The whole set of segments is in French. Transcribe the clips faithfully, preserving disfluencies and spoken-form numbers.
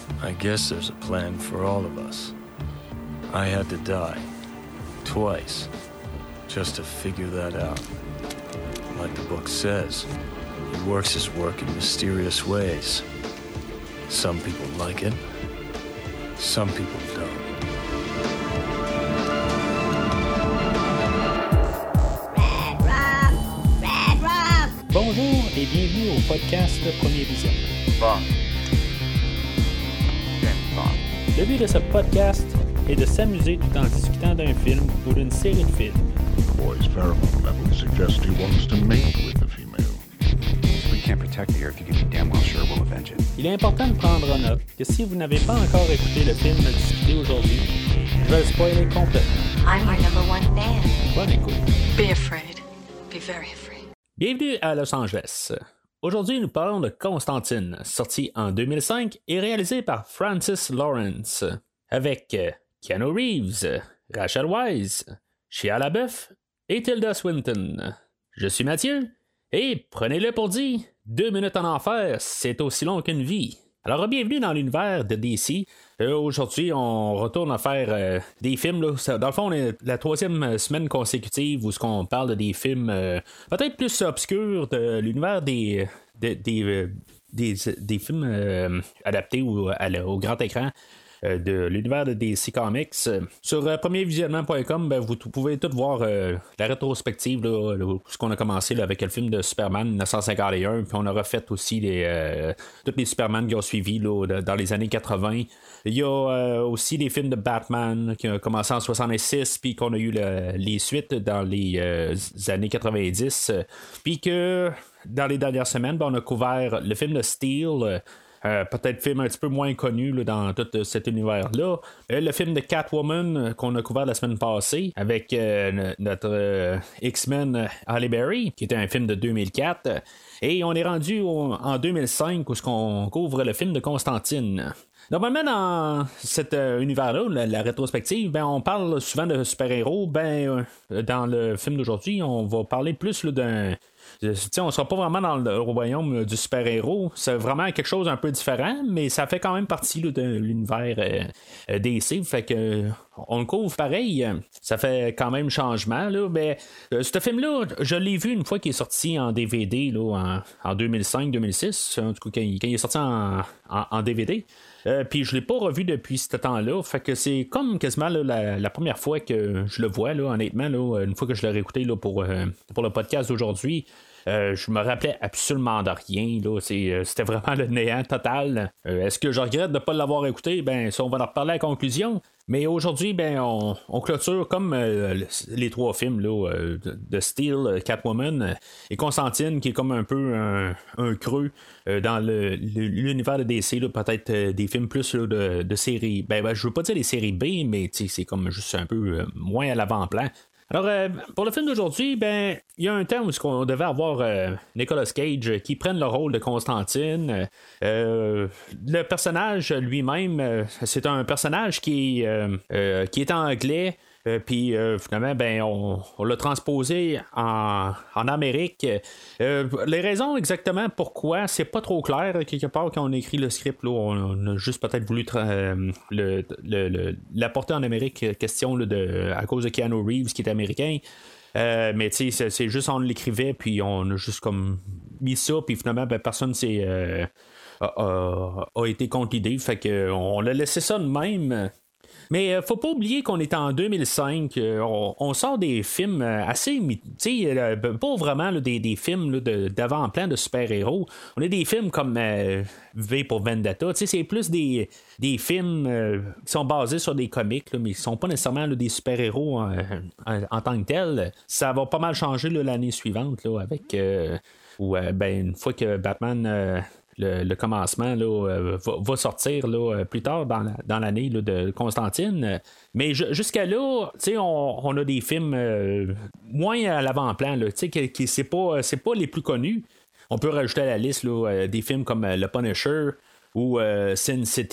I guess there's a plan for all of us. I had to die. Twice. Just to figure that out. Like the book says, he works his work in mysterious ways. Some people like it. Some people don't. Red Rum! Red Rum! Bonjour et bienvenue au podcast Premier Vision. Bond. James Bond. Le but de ce podcast est de s'amuser tout en discutant d'un film ou d'une série de films. The boy's pheromone level suggests he wants to mate with the female. We can't protect her if you can be damn well sure we'll avenge it. Il est important de prendre en note que si vous n'avez pas encore écouté le film discuté aujourd'hui, je vais le spoiler complètement. I'm your number one fan. Bonne écoute. Be afraid. Be very afraid. Bienvenue à Los Angeles. Aujourd'hui, nous parlons de Constantine, sorti en deux mille cinq et réalisé par Francis Lawrence, avec Keanu Reeves, Rachel Weisz, Shia LaBeouf et Tilda Swinton. Je suis Mathieu, et prenez-le pour dit, deux minutes en enfer, c'est aussi long qu'une vie. Alors, bienvenue dans l'univers de D C. Euh, aujourd'hui, on retourne à faire euh, des films. Là. Dans le fond, on est la troisième semaine consécutive où on parle de des films euh, peut-être plus obscurs de l'univers des, des, des, euh, des, des films euh, adaptés au, à, au grand écran. De l'univers de D C Comics. Sur euh, premier visionnement point com, ben, vous t- pouvez tout voir euh, la rétrospective, là, là, ce qu'on a commencé là, avec le film de Superman dix-neuf cent cinquante et un, puis on a refait aussi les, euh, tous les Superman qui ont suivi là, de, dans les années quatre-vingts. Il y a euh, aussi les films de Batman qui ont commencé en soixante-six, puis qu'on a eu le, les suites dans les euh, années quatre-vingt-dix, puis que dans les dernières semaines, ben, on a couvert le film de Steel. Euh, peut-être film un petit peu moins connu là, dans tout euh, cet univers-là. Euh, le film de Catwoman euh, qu'on a couvert la semaine passée avec euh, notre euh, X-Men Halle Berry, qui était un film de deux mille quatre. Et on est rendu au, en deux mille cinq où on couvre le film de Constantine. Normalement, dans cet euh, univers-là, la, la rétrospective, ben, on parle souvent de super-héros. Ben, euh, dans le film d'aujourd'hui, on va parler plus là, d'un... T'sais, on ne sera pas vraiment dans le royaume du super-héros. C'est vraiment quelque chose un peu différent, mais ça fait quand même partie là, de l'univers euh, D C. Fait que on le couvre pareil. Ça fait quand même changement. Là, mais euh, ce film-là, je l'ai vu une fois qu'il est sorti en D V D là, en, en deux mille cinq deux mille six. En tout cas, quand il, quand il est sorti en, en, en D V D. Euh, puis je l'ai pas revu depuis ce temps-là. Fait que c'est comme quasiment là, la, la première fois que je le vois, là, honnêtement, là, une fois que je l'ai réécouté là, pour, euh, pour le podcast d'aujourd'hui. Euh, je me rappelais absolument de rien. Là. C'est, euh, c'était vraiment le néant total. Euh, est-ce que je regrette de ne pas l'avoir écouté? Ben, ça, on va en reparler à la conclusion. Mais aujourd'hui, ben, on, on clôture comme euh, les trois films là, euh, de, de Steel, Catwoman euh, et Constantine, qui est comme un peu un, un creux euh, dans le, le, l'univers de D C. Là, peut-être euh, des films plus là, de, de séries. Ben, ben, je veux pas dire les séries B, mais c'est comme juste un peu euh, moins à l'avant-plan. Alors, euh, pour le film d'aujourd'hui, ben, il y a un temps où on devait avoir euh, Nicolas Cage qui prenne le rôle de Constantine. Euh, le personnage lui-même, euh, c'est un personnage qui, euh, euh, qui est anglais. Euh, puis euh, finalement, ben, on, on l'a transposé en, en Amérique. Euh, les raisons exactement pourquoi, c'est pas trop clair. Quelque part, quand on écrit le script, là, on, on a juste peut-être voulu tra- euh, le, le, le, l'apporter en Amérique, question là, de, à cause de Keanu Reeves qui est américain. Euh, mais tu sais, c'est, c'est juste on l'écrivait, puis on a juste comme mis ça, puis finalement, ben, personne s'est, euh, a, a, a été contre l'idée. Fait que on l'a laissé ça de même. Mais euh, faut pas oublier qu'on est en deux mille cinq, euh, on, on sort des films assez, tu sais, euh, pas vraiment là, des, des films là, de, d'avant-plan de super-héros. On a des films comme euh, V pour Vendetta, tu sais, c'est plus des, des films euh, qui sont basés sur des comics, là, mais qui sont pas nécessairement là, des super-héros en, en, en tant que tels. Ça va pas mal changer là, l'année suivante là, avec, euh, ou euh, ben une fois que Batman euh, Le, le commencement là, euh, va, va sortir là, plus tard dans, la, dans l'année là, de Constantine. Mais j- jusqu'à là, on, on a des films euh, moins à l'avant-plan, là, qui, qui c'est pas, c'est pas les plus connus. On peut rajouter à la liste là, des films comme euh, Le Punisher ou euh, Sin City.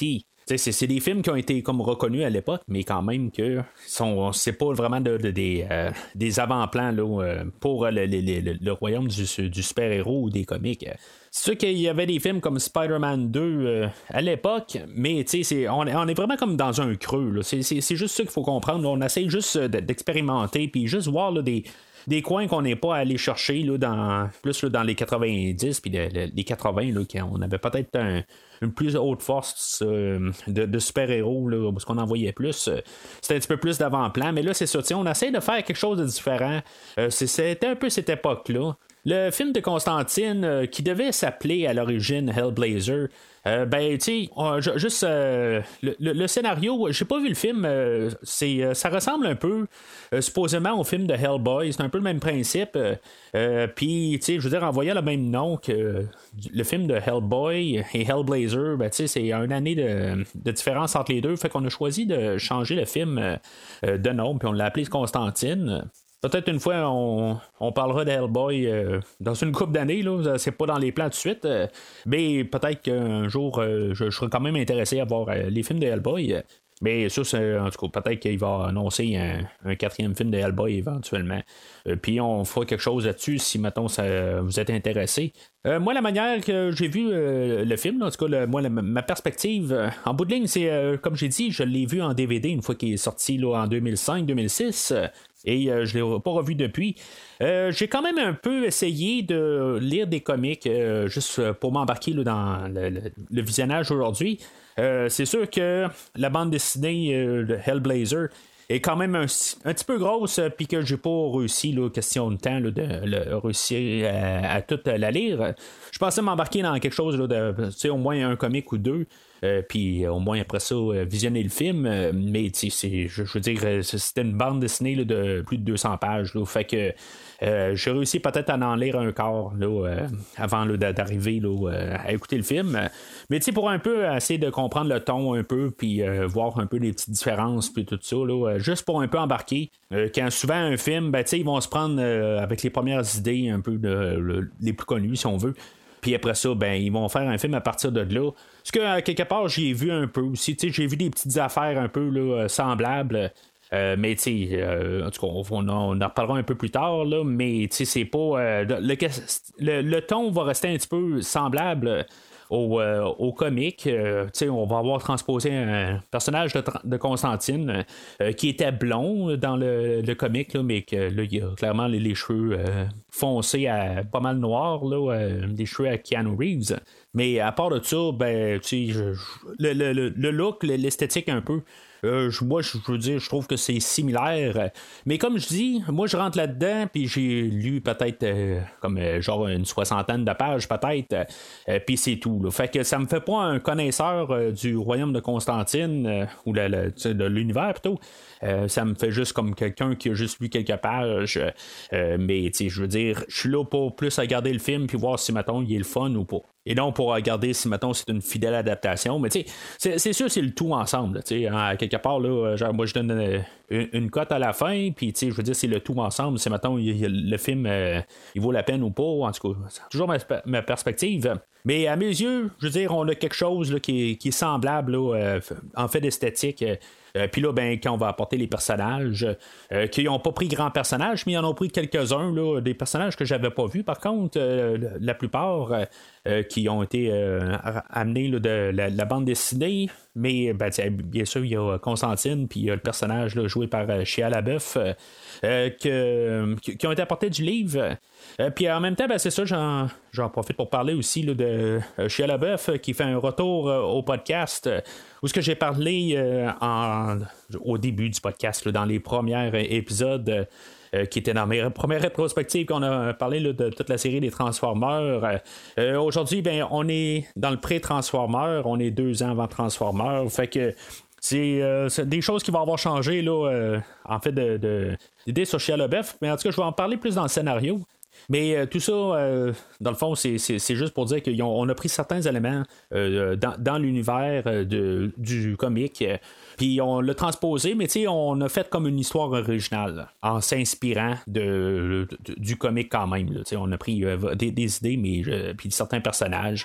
C'est, c'est des films qui ont été comme reconnus à l'époque, mais quand même que sont, c'est pas vraiment de, de, des, euh, des avant-plans là, euh, pour le, le, le, le royaume du, du super-héros ou des comics. C'est sûr qu'il y avait des films comme Spider-Man deux euh, à l'époque, mais c'est, on, on est vraiment comme dans un creux. Là. C'est, c'est, c'est juste ça qu'il faut comprendre. Là. On essaie juste d'expérimenter, puis juste voir là, des... des coins qu'on n'est pas allé chercher là, dans, plus là, dans les quatre-vingt-dix puis le, le, les quatre-vingts, là, on avait peut-être un, une plus haute force euh, de, de super-héros, là, parce qu'on en voyait plus. Euh, c'était un petit peu plus d'avant-plan, mais là, c'est ça. On essaie de faire quelque chose de différent. Euh, c'est, c'était un peu cette époque-là. Le film de Constantine, euh, qui devait s'appeler à l'origine Hellblazer, euh, ben, tu sais, juste euh, le, le, le scénario, j'ai pas vu le film, euh, c'est, euh, ça ressemble un peu, euh, supposément, au film de Hellboy, c'est un peu le même principe. Euh, euh, Puis, tu sais, je veux dire, en voyant le même nom que euh, le film de Hellboy et Hellblazer, ben, tu sais, c'est une année de, de différence entre les deux, fait qu'on a choisi de changer le film euh, de nom, puis on l'a appelé Constantine. Peut-être une fois, on, on parlera de Hellboy euh, dans une couple d'années. Là, c'est pas dans les plans tout de suite. Euh, mais peut-être qu'un jour, euh, je, je serai quand même intéressé à voir euh, les films de Hellboy. Mais ça, c'est, en tout cas, peut-être qu'il va annoncer un, un quatrième film de Hellboy éventuellement. Euh, Puis on fera quelque chose là-dessus si, mettons, ça, vous êtes intéressé. Euh, moi, la manière que j'ai vu euh, le film, là, en tout cas, le, moi, la, ma perspective, euh, en bout de ligne, c'est, euh, comme j'ai dit, je l'ai vu en D V D une fois qu'il est sorti là, en deux mille cinq deux mille six. Euh, Et euh, je ne l'ai pas revu depuis. Euh, j'ai quand même un peu essayé de lire des comics euh, juste pour m'embarquer là, dans le, le, le visionnage aujourd'hui. Euh, c'est sûr que la bande dessinée euh, de Hellblazer est quand même un, un petit peu grosse, euh, puis que j'ai pas réussi, là, question de temps, là, de, de réussir à, à toute la lire. Je pensais m'embarquer dans quelque chose là, de, tu sais, au moins un comic ou deux. Euh, puis euh, au moins après ça, euh, visionner le film. Euh, mais c'est, je, je veux dire, c'était une bande dessinée là, de plus de deux cents pages. Là, fait que euh, j'ai réussi peut-être à en lire un quart là, euh, avant là, d'arriver là, euh, à écouter le film. Mais tu sais, pour un peu essayer de comprendre le ton un peu, puis euh, voir un peu les petites différences, puis tout ça, là, juste pour un peu embarquer. Euh, quand souvent un film, ben, ils vont se prendre euh, avec les premières idées un peu de, le, les plus connues, si on veut. Puis après ça, ben, ils vont faire un film à partir de là. Parce que, à quelque part, j'ai vu un peu aussi. J'ai vu des petites affaires un peu là, semblables. Euh, mais, tu sais, euh, en tout cas, on, on, on en reparlera un peu plus tard. Là, mais, tu sais, c'est pas. Euh, le, le, le ton va rester un petit peu semblable au, euh, au comique. Euh, on va avoir transposé un personnage de, de Constantine euh, qui était blond dans le, le comique, là, mais que là, il a clairement les, les cheveux euh, foncés à pas mal noirs, là, euh, des cheveux à Keanu Reeves. Mais à part de ça, ben, tu sais, le, le, le look, l'esthétique un peu. Euh, moi, je veux dire, je trouve que c'est similaire. Mais comme je dis, moi, je rentre là-dedans, puis j'ai lu peut-être euh, comme euh, genre une soixantaine de pages, peut-être, euh, puis c'est tout. Là. Fait que ça me fait pas un connaisseur euh, du royaume de Constantine, euh, ou la, la, de l'univers plutôt. Euh, ça me fait juste comme quelqu'un qui a juste lu quelques pages. Euh, mais, tu sais, je veux dire, je suis là pour plus regarder le film, puis voir si, mettons, il est le fun ou pas. Et non pour regarder si, mettons, c'est une fidèle adaptation. Mais tu sais, c'est, c'est sûr, c'est le tout ensemble. Tu sais, hein, quelque part, là, genre, moi, je donne euh, une, une cote à la fin, puis tu sais, je veux dire, c'est le tout ensemble. C'est, mettons, il, il, le film, euh, il vaut la peine ou pas. En tout cas, c'est toujours ma, ma perspective. Mais à mes yeux, je veux dire, on a quelque chose là, qui, est, qui est semblable, là, euh, en fait, d'esthétique. Euh, Euh, Puis là, ben, quand on va apporter les personnages, euh, qui n'ont pas pris grands personnages, mais ils en ont pris quelques-uns, là, des personnages que j'avais pas vus. Par contre, euh, la plupart euh, qui ont été euh, amenés là, de la, la bande dessinée. Mais ben, bien sûr, il y a Constantine, puis il y a le personnage là, joué par euh, Shia LaBeouf, euh, euh, que, qui ont été apportés du livre. Euh, puis en même temps, ben, c'est ça, j'en, j'en profite pour parler aussi là, de euh, Shia LaBeouf qui fait un retour euh, au podcast euh, où ce que j'ai parlé euh, en, au début du podcast, là, dans les premiers épisodes euh, qui étaient dans mes premières rétrospectives, qu'on a parlé là, de toute la série des Transformers. Euh, aujourd'hui, ben, on est dans le pré-Transformers, on est deux ans avant Transformers, fait que C'est, euh, c'est des choses qui vont avoir changé là, euh, en fait de, de, d'idées sur Shia LaBeouf, mais en tout cas je vais en parler plus dans le scénario. Mais euh, tout ça, euh, dans le fond, c'est, c'est, c'est juste pour dire qu'on a pris certains éléments euh, dans, dans l'univers euh, de, du comique, euh, puis on l'a transposé, mais on a fait comme une histoire originale, en s'inspirant de, de, du comique quand même. Là, on a pris euh, des, des idées, mais euh, puis certains personnages.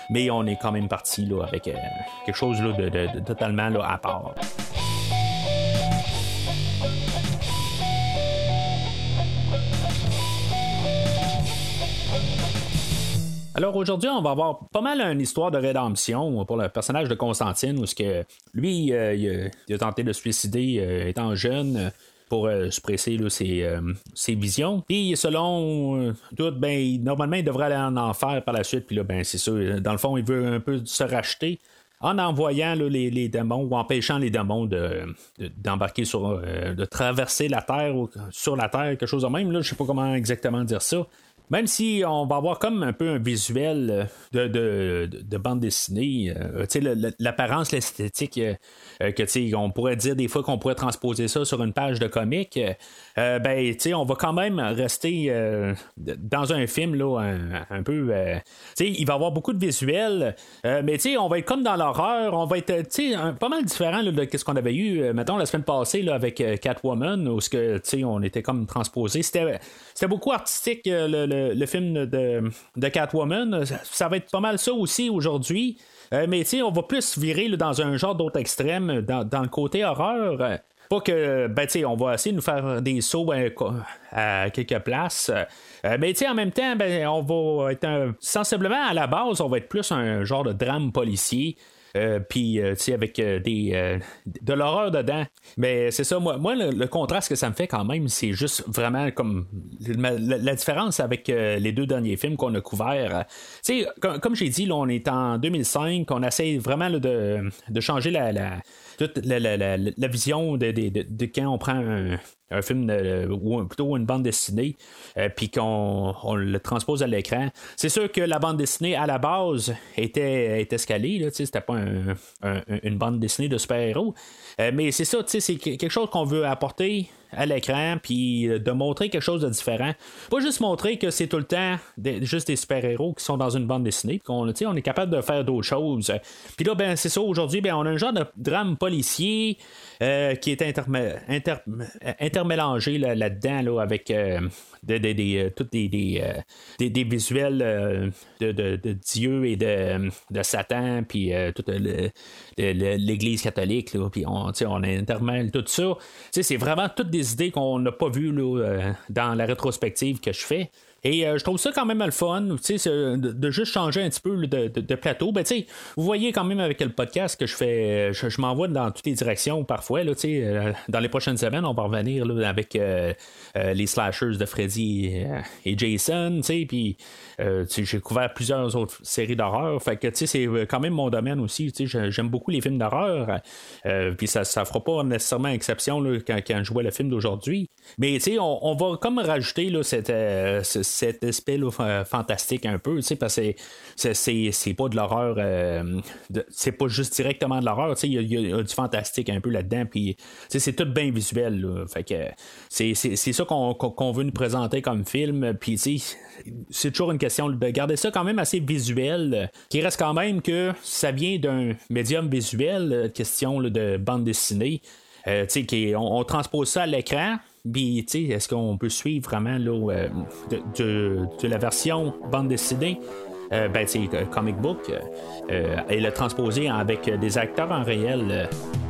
mais on est quand même parti là, avec euh, quelque chose là, de, de, de totalement là, à part. Alors aujourd'hui, on va avoir pas mal une histoire de rédemption pour le personnage de Constantine, où ce que lui, euh, il, a, il a tenté de se suicider euh, étant jeune. Euh, pour euh, suppresser là, ses, euh, ses visions. Puis selon euh, tout, ben, normalement, il devrait aller en enfer par la suite. Puis là, ben, c'est sûr, dans le fond, il veut un peu se racheter en envoyant là, les, les démons ou empêchant les démons de, de, d'embarquer sur, euh, de traverser la Terre ou sur la Terre, quelque chose de même. Là, je sais pas comment exactement dire ça. Même si on va avoir comme un peu un visuel de, de, de, de bande dessinée, euh, tu sais, l'apparence, l'esthétique, euh, que tu sais, on pourrait dire des fois qu'on pourrait transposer ça sur une page de comic, euh, ben, tu sais, on va quand même rester euh, dans un film, là, un, un peu, euh, tu sais, il va y avoir beaucoup de visuels, euh, mais tu sais, on va être comme dans l'horreur, on va être, tu sais, pas mal différent là, de ce qu'on avait eu, euh, mettons, la semaine passée, là, avec euh, Catwoman, où ce que, tu sais, on était comme transposé, c'était, c'était beaucoup artistique, euh, le, le le film de, de Catwoman, ça, ça va être pas mal ça aussi aujourd'hui. Euh, mais tu sais, on va plus virer là, dans un genre d'autre extrême, dans, dans le côté horreur. Euh, pas que, ben tu sais, on va essayer de nous faire des sauts ben, à quelques places. Euh, mais tu sais, en même temps, ben, on va être un, sensiblement à la base, on va être plus un genre de drame policier. Euh, puis, euh, tu sais, avec euh, des, euh, de l'horreur dedans. Mais c'est ça, moi, moi le, le contraste que ça me fait quand même, c'est juste vraiment comme la, la, la différence avec euh, les deux derniers films qu'on a couverts. Tu sais, comme, comme j'ai dit, là, on est en deux mille cinq, on essaie vraiment là, de, de changer la, la, toute la, la, la, la vision de, de, de, de quand on prend un, un film de, ou plutôt une bande dessinée, euh, puis qu'on on le transpose à l'écran. C'est sûr que la bande dessinée à la base était, était escalée, là, c'était pas un, un, une bande dessinée de super-héros, euh, mais c'est ça, c'est quelque chose qu'on veut apporter à l'écran, puis de montrer quelque chose de différent. Pas juste montrer que c'est tout le temps des, juste des super-héros qui sont dans une bande dessinée, puis qu'on on est capable de faire d'autres choses. Puis là, ben c'est ça, aujourd'hui, ben on a un genre de drame policier euh, qui est interme- inter- intermélangé là, là-dedans, là, avec euh, des, des, des, toutes des, des, euh, des, des visuels euh, de, de, de Dieu et de, de Satan, puis euh, toute le, le, l'Église catholique, puis on, on intermêle tout ça. T'sais, c'est vraiment toutes des idées qu'on n'a pas vues là, euh, dans la rétrospective que je fais. Et euh, je trouve ça quand même le fun, de, de juste changer un petit peu de, de, de plateau. Ben, vous voyez quand même avec le podcast que je fais, je, je m'envoie dans toutes les directions parfois. Là, euh, dans les prochaines semaines, on va revenir là, avec euh, euh, les slashers de Freddy et, et Jason. Puis euh, j'ai couvert plusieurs autres séries d'horreur. Fait que c'est quand même mon domaine aussi. J'aime beaucoup les films d'horreur. Euh, Puis ça ne fera pas nécessairement exception là, quand, quand je vois le film d'aujourd'hui. Mais on, on va comme rajouter là, cette, euh, cet aspect là, fantastique un peu, parce que c'est, c'est, c'est pas de l'horreur, euh, de, c'est pas juste directement de l'horreur, il y, y, y a du fantastique un peu là-dedans, puis c'est tout bien visuel, là, fait que c'est, c'est, c'est ça qu'on, qu'on veut nous présenter comme film, puis c'est toujours une question de garder ça quand même assez visuel, qui reste quand même que ça vient d'un médium visuel, question là, de bande dessinée, euh, qui, on, on transpose ça à l'écran. Puis, tu sais, est-ce qu'on peut suivre vraiment là, euh, de, de, de la version bande dessinée, euh, ben, tu sais, comic book, euh, et le transposer avec des acteurs en réel? Euh.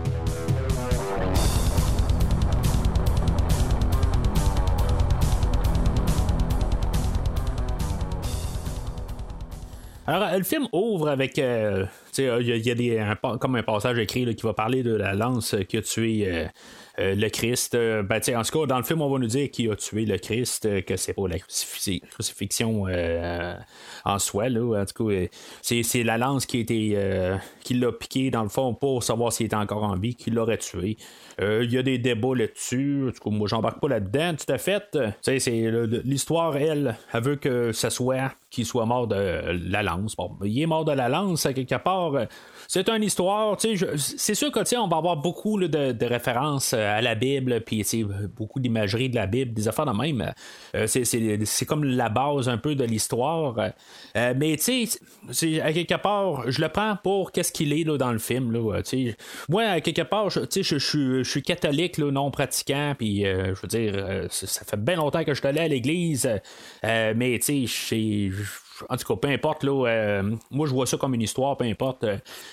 Alors, le film ouvre avec, euh, tu sais, il y a, y a des, un, comme un passage écrit là, qui va parler de la lance qui a tué euh, euh, le Christ. Euh, ben, en tout cas, dans le film, on va nous dire qui a tué le Christ, euh, que c'est pas la crucifix- crucifixion euh, en soi. Là. En tout cas, euh, c'est, c'est la lance qui, a été, euh, qui l'a piqué, dans le fond, pour savoir s'il était encore en vie, qui l'aurait tué. Il euh, y a des débats là-dessus. En tout cas, moi, j'embarque pas là-dedans. Tout à fait. C'est, l'histoire, elle, elle veut que ça soit qu'il soit mort de la lance. Bon, il est mort de la lance, à quelque part. C'est une histoire, tu sais, c'est sûr que, tu sais, on va avoir beaucoup là, de, de références à la Bible, puis, tu sais, beaucoup d'imagerie de la Bible, des affaires de même. Euh, c'est, c'est, c'est comme la base un peu de l'histoire. Euh, mais, tu sais, à quelque part, je le prends pour qu'est-ce qu'il est là, dans le film, là, tu sais. Moi, à quelque part, tu sais, je, je, je suis catholique, là, non pratiquant, puis, euh, je veux dire, euh, ça fait bien longtemps que je suis allé à l'église, euh, mais, tu sais, je en tout cas, peu importe, là, euh, moi je vois ça comme une histoire, peu importe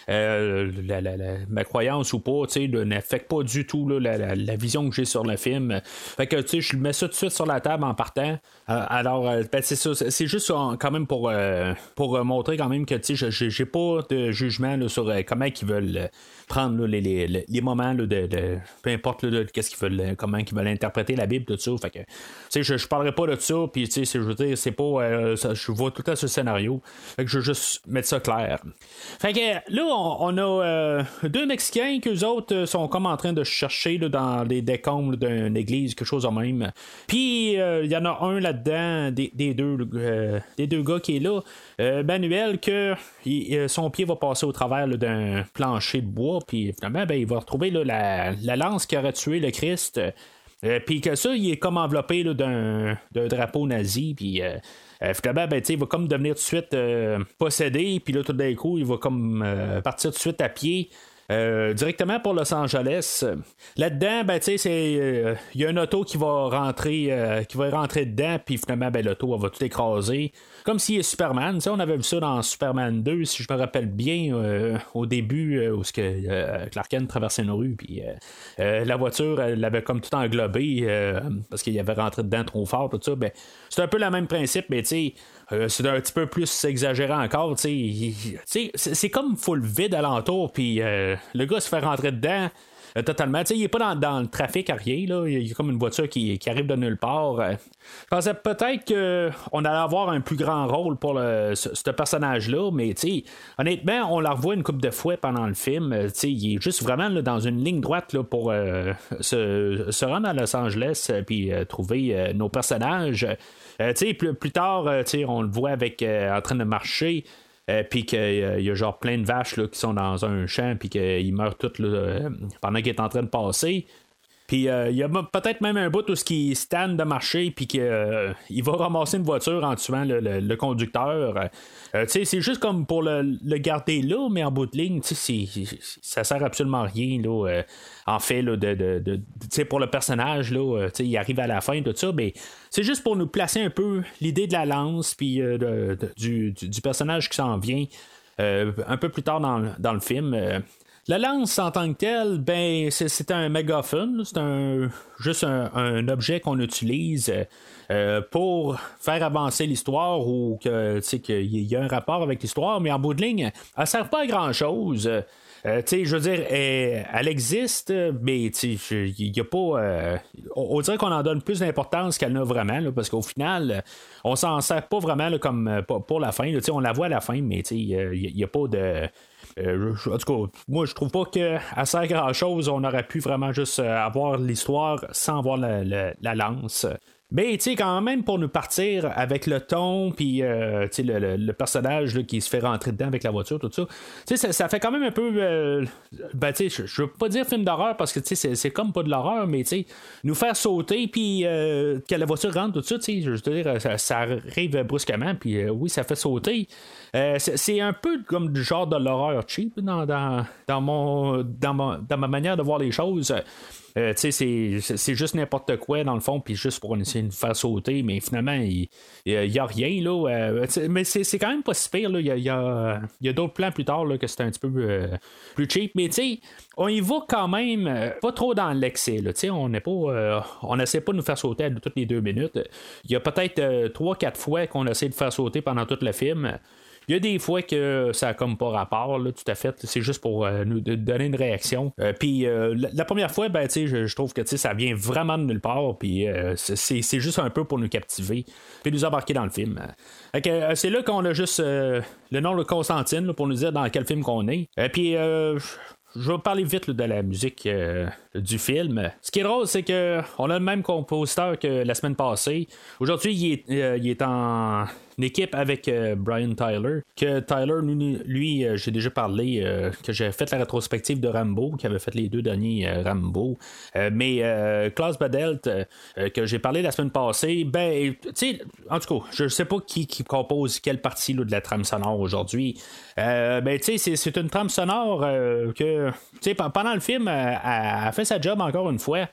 euh, la, la, la, ma croyance ou pas, tu sais, n'affecte pas du tout là, la, la, la vision que j'ai sur le film. Fait que, tu sais, je mets ça tout de suite sur la table en partant. Euh, alors, euh, ben, c'est ça, c'est juste quand même pour, euh, pour montrer quand même que, tu sais, j'ai, j'ai pas de jugement là, sur euh, comment ils veulent euh, prendre là, les, les, les moments là, de, de, peu importe là, de, qu'est-ce qu'ils veulent, comment ils veulent interpréter la Bible, tout ça. Fait que, tu sais, je, je parlerai pas de ça, puis, tu sais, je veux dire, c'est pas, euh, ça, je vois tout le temps ce scénario. Fait que je veux juste mettre ça clair. Fait que là, on, on a euh, deux Mexicains qu'eux autres sont comme en train de chercher là, dans les décombres d'une église, quelque chose de même. Puis, il euh, y en a un là-dedans, des, des, deux, euh, des deux gars qui est là, euh, Manuel, que il, son pied va passer au travers là, d'un plancher de bois, puis finalement, ben, il va retrouver là, la, la lance qui aurait tué le Christ. Euh, puis que ça, il est comme enveloppé là, d'un, d'un drapeau nazi, puis euh, euh, finalement, ben, il va comme devenir tout de suite euh, possédé, puis là, tout d'un coup, il va comme euh, partir tout de suite à pied. Euh, directement pour Los Angeles. Là-dedans, ben, tu sais, c'est il euh, y a une auto qui va rentrer euh, qui va rentrer dedans, puis finalement, ben, l'auto elle va tout écraser. Comme s'il est Superman. T'sais, on avait vu ça dans Superman deux, si je me rappelle bien, euh, au début, euh, où ce que, euh, Clark Kent traversait une rue, puis euh, euh, la voiture, elle l'avait comme tout englobé euh, parce qu'il avait rentré dedans trop fort, tout ça. Ben, c'est un peu le même principe, mais tu sais, euh, c'est un petit peu plus exagéré encore. Tu sais, c'est, c'est comme full vide alentour, puis euh, le gars se fait rentrer dedans. Euh, totalement. Tu sais, il n'est pas dans, dans le trafic à rien. Là. Il y a comme une voiture qui, qui arrive de nulle part. Euh, je pensais peut-être qu'on allait avoir un plus grand rôle pour le, ce, ce personnage-là, mais tu sais, honnêtement, on la revoit une couple de fois pendant le film. Euh, tu sais, il est juste vraiment là, dans une ligne droite là, pour euh, se, se rendre à Los Angeles et puis euh, trouver euh, nos personnages. Euh, tu sais, plus, plus tard, euh, tu sais, on le voit avec euh, en train de marcher. Euh, puis qu'il euh, y a genre plein de vaches là, qui sont dans un champ, puis qu'ils meurent toutes là, euh, pendant qu'il est en train de passer. Puis il euh, y a peut-être même un bout où il se tanne de marcher, puis qu'il euh, va ramasser une voiture en tuant le, le, le conducteur. Euh, tu sais, c'est juste comme pour le, le garder là, mais en bout de ligne, tu sais, ça sert absolument à rien, là. Euh, en fait, là, de, de, de, de pour le personnage, là, tu sais, il arrive à la fin, tout ça, mais c'est juste pour nous placer un peu l'idée de la lance, puis euh, de, de, du, du, du personnage qui s'en vient euh, un peu plus tard dans, dans le film. Euh, La lance en tant que telle, ben c'est, c'est un mégaphone, c'est un juste un, un objet qu'on utilise euh, pour faire avancer l'histoire ou que tu sais qu'il y a un rapport avec l'histoire, mais en bout de ligne, elle ne sert pas à grand chose. Euh, tu sais, je veux dire, elle, elle existe, mais tu sais, il n'y a pas. Euh, on, on dirait qu'on en donne plus d'importance qu'elle n'a vraiment, là, parce qu'au final, on s'en sert pas vraiment là, comme pour, pour la fin. Là, on la voit à la fin, mais tu sais, il n'y a, a pas de. Euh, en tout cas, moi je trouve pas qu'elle sert à grand chose. On aurait pu vraiment juste avoir l'histoire sans avoir la, la, la lance. Mais tu sais, quand même, pour nous partir avec le ton, puis euh, le, le, le personnage là, qui se fait rentrer dedans avec la voiture, tout ça, tu sais, ça, ça fait quand même un peu. Euh, ben, tu sais, je veux pas dire film d'horreur parce que tu sais, c'est, c'est comme pas de l'horreur, mais tu sais, nous faire sauter, puis euh, que la voiture rentre, tout ça, tu sais, je veux dire, ça, ça arrive brusquement, puis euh, oui, ça fait sauter. Euh, c'est, c'est un peu comme du genre de l'horreur cheap dans, dans, dans, mon, dans, mon, dans ma manière de voir les choses. Euh, tu sais, c'est, c'est juste n'importe quoi dans le fond, puis juste pour essayer de nous faire sauter, mais finalement, il n'y a rien, là. Euh, mais c'est, c'est quand même pas si pire, là. Il y a, y a, y a d'autres plans plus tard, là, que c'est un petit peu euh, plus cheap, mais tu sais, on y va quand même euh, pas trop dans l'excès, là. Tu sais, on n'est pas. Euh, on n'essaie pas de nous faire sauter à toutes les deux minutes. Il y a peut-être euh, trois, quatre fois qu'on essaie de faire sauter pendant tout le film. Il y a des fois que ça a comme pas rapport, là, tout à fait. C'est juste pour euh, nous donner une réaction. Euh, puis euh, la, la première fois, ben, je, je trouve que ça vient vraiment de nulle part. Puis euh, c'est, c'est juste un peu pour nous captiver. Puis nous embarquer dans le film. Fait que, euh, c'est là qu'on a juste euh, le nom de Constantine là, pour nous dire dans quel film qu'on est. Et puis euh, je vais parler vite là, de la musique euh, du film. Ce qui est drôle, c'est que on a le même compositeur que la semaine passée. Aujourd'hui, il est, euh, il est en équipe avec euh, Brian Tyler. Que Tyler, lui, lui euh, j'ai déjà parlé euh, que j'ai fait la rétrospective de Rambo, qui avait fait les deux derniers euh, Rambo. Euh, mais euh, Klaus Badelt, euh, que j'ai parlé la semaine passée, ben, tu sais, en tout cas, je sais pas qui, qui compose quelle partie là, de la trame sonore aujourd'hui. Euh, ben, tu sais, c'est, c'est une trame sonore euh, que, tu sais, pendant le film, elle, elle fait sa job encore une fois.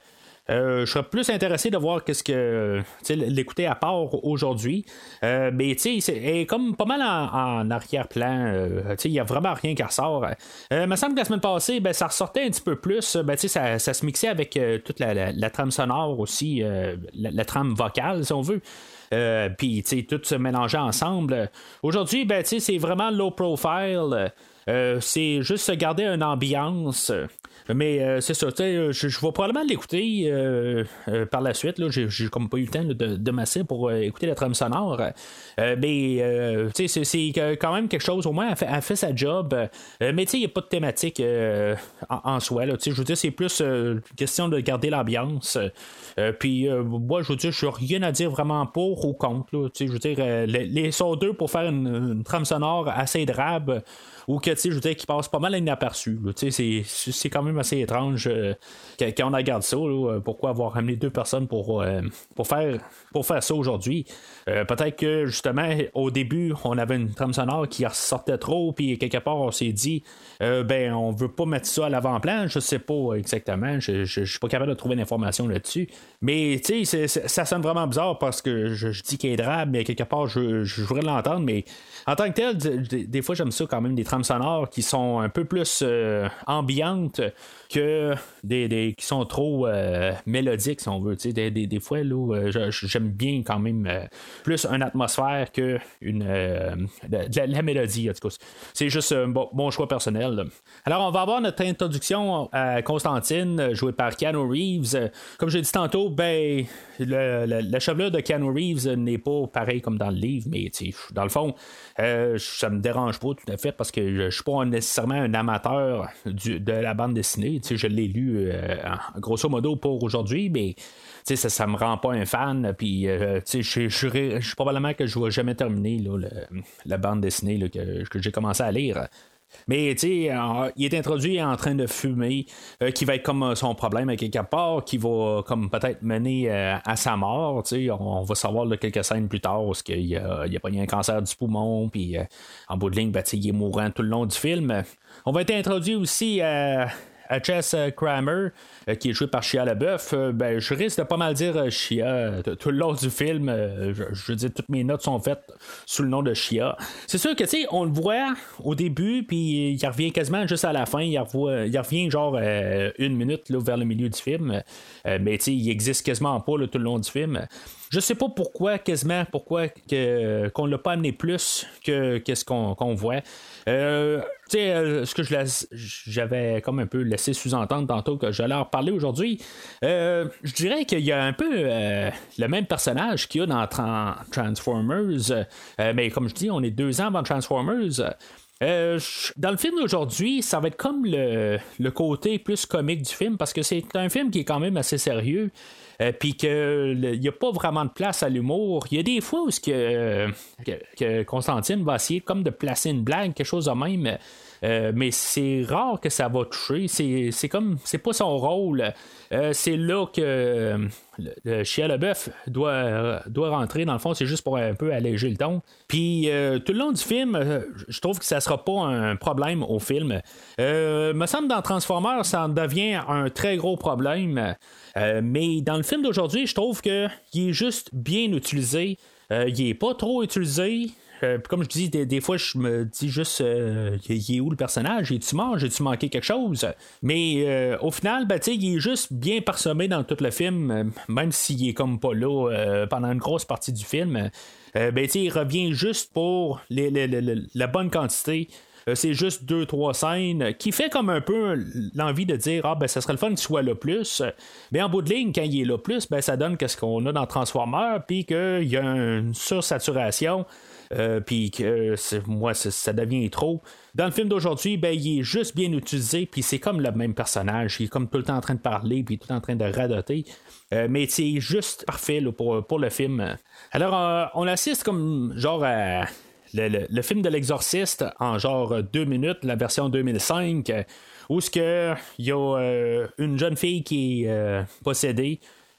Euh, je serais plus intéressé de voir qu'est-ce que l'écouter à part aujourd'hui. Euh, mais tu sais, c'est comme pas mal en, en arrière-plan. Euh, il n'y a vraiment rien qui ressort. Euh, il me semble que la semaine passée, ben, ça ressortait un petit peu plus. Ben, ça, ça se mixait avec euh, toute la, la, la trame sonore aussi, euh, la, la trame vocale, si on veut. Euh, Puis, tu sais, tout se mélangeait ensemble. Aujourd'hui, ben, tu sais, c'est vraiment low profile. Euh, c'est juste garder une ambiance. Mais euh, c'est ça, je, je vais probablement l'écouter euh, euh, par la suite. Là, j'ai, j'ai comme pas eu le temps là, de, de masser pour euh, écouter la trame sonore. Euh, mais euh, c'est, c'est quand même quelque chose, au moins, elle fait, elle fait sa job. Euh, mais il n'y a pas de thématique euh, en, en soi. Là, je veux dire, c'est plus euh, question de garder l'ambiance. Euh, Puis euh, moi, je veux dire, je n'ai rien à dire vraiment pour ou contre. Là, je veux dire, euh, les, les sont deux pour faire une, une trame sonore assez drabe. Ou que, tu sais, je veux dire, qui passe pas mal inaperçu. Tu sais, c'est, c'est quand même assez étrange euh, quand on regarde ça. Là, pourquoi avoir amené deux personnes pour, euh, pour, faire, pour faire ça aujourd'hui? Euh, peut-être que, justement, au début, on avait une trame sonore qui ressortait trop, puis quelque part, on s'est dit, euh, ben, on veut pas mettre ça à l'avant-plan. Je sais pas exactement. Je, je, je suis pas capable de trouver l'information là-dessus. Mais, tu sais, ça sonne vraiment bizarre parce que je, je dis qu'il est drabe, mais quelque part, je, je voudrais l'entendre. Mais en tant que tel, des, des fois, j'aime ça quand même, des trames sonores qui sont un peu plus euh, ambiantes que des, des qui sont trop euh, mélodiques, si on veut. Des, des, des fois, là, je, j'aime bien quand même euh, plus une atmosphère que une, euh, de, de la, la mélodie. En tout cas, c'est juste un bon, bon choix personnel. Là. Alors, on va avoir notre introduction à Constantine, jouée par Keanu Reeves. Comme j'ai dit tantôt, ben, le, le, la chevelure de Keanu Reeves n'est pas pareil comme dans le livre, mais dans le fond, euh, ça me dérange pas tout à fait parce que je, je suis pas nécessairement un amateur du, de la bande dessinée. Je l'ai lu euh, grosso modo pour aujourd'hui, mais ça, ça me rend pas un fan. Puis, euh, je suis probablement que je vais jamais terminer là, le, la bande dessinée là, que, que j'ai commencé à lire. Mais tu sais, il est introduit en train de fumer, euh, qui va être comme son problème à quelque part, qui va comme peut-être mener euh, à sa mort. Tu sais, on, on va savoir là, quelques scènes plus tard parce qu'il y a, il a pas eu un cancer du poumon, puis euh, en bout de ligne, ben, il est mourant tout le long du film. On va être introduit aussi à. À Chess Kramer, euh, qui est joué par Shia LaBeouf, euh, ben, je risque de pas mal dire euh, Shia euh, tout le long du film. Euh, je, je veux dire, toutes mes notes sont faites sous le nom de Shia. C'est sûr que, tu sais, on le voit au début, puis il revient quasiment juste à la fin. Il revient, il revient genre euh, une minute là, vers le milieu du film. Euh, mais, tu sais, il existe quasiment pas là, tout le long du film. Je sais pas pourquoi, quasiment, pourquoi que, qu'on l'a pas amené plus que qu'est-ce qu'on, qu'on voit. Euh, tu sais, euh, ce que je j'avais comme un peu laissé sous-entendre tantôt que j'allais en parler aujourd'hui, euh, je dirais qu'il y a un peu euh, le même personnage qu'il y a dans Tra- Transformers, euh, mais comme je dis, on est deux ans avant Transformers. Euh, dans le film d'aujourd'hui, ça va être comme le, le côté plus comique du film parce que c'est un film qui est quand même assez sérieux. Euh, puis qu'il n'y a pas vraiment de place à l'humour. Il y a des fois où que, euh, que, que Constantine va essayer comme de placer une blague, quelque chose de même. Euh, mais c'est rare que ça va toucher. C'est, c'est comme c'est pas son rôle. Euh, c'est là que euh, le, le Shia LaBeouf doit, euh, doit rentrer. Dans le fond, c'est juste pour un peu alléger le ton. Puis euh, tout le long du film, euh, je trouve que ça sera pas un problème au film. Euh, me semble dans Transformers, ça en devient un très gros problème. Euh, mais dans le film d'aujourd'hui, je trouve qu'il est juste bien utilisé. Euh, il est pas trop utilisé. Euh, comme je dis, des, des fois, je me dis juste, euh, il est où le personnage? Est-tu mort? J'ai-tu manqué quelque chose? Mais euh, au final, ben, il est juste bien parsemé dans tout le film, euh, même s'il est comme pas là euh, pendant une grosse partie du film. Euh, ben, il revient juste pour les, les, les, la bonne quantité. Euh, c'est juste deux, trois scènes qui fait comme un peu l'envie de dire ah ben ça serait le fun qu'il soit là plus. Mais en bout de ligne, quand il est là plus, ben ça donne qu'est-ce qu'on a dans Transformers, puis qu'il y a une sursaturation. Euh, puis que c'est, moi c'est, ça devient trop. Dans le film d'aujourd'hui, ben, il est juste bien utilisé, puis c'est comme le même personnage, il est comme tout le temps en train de parler, puis tout le temps en train de radoter. Euh, mais c'est juste parfait là, pour, pour le film. Alors, euh, on assiste comme genre à le, le, le film de l'Exorciste en genre deux minutes, la version deux mille cinq, où il y a euh, une jeune fille qui est euh, possédée.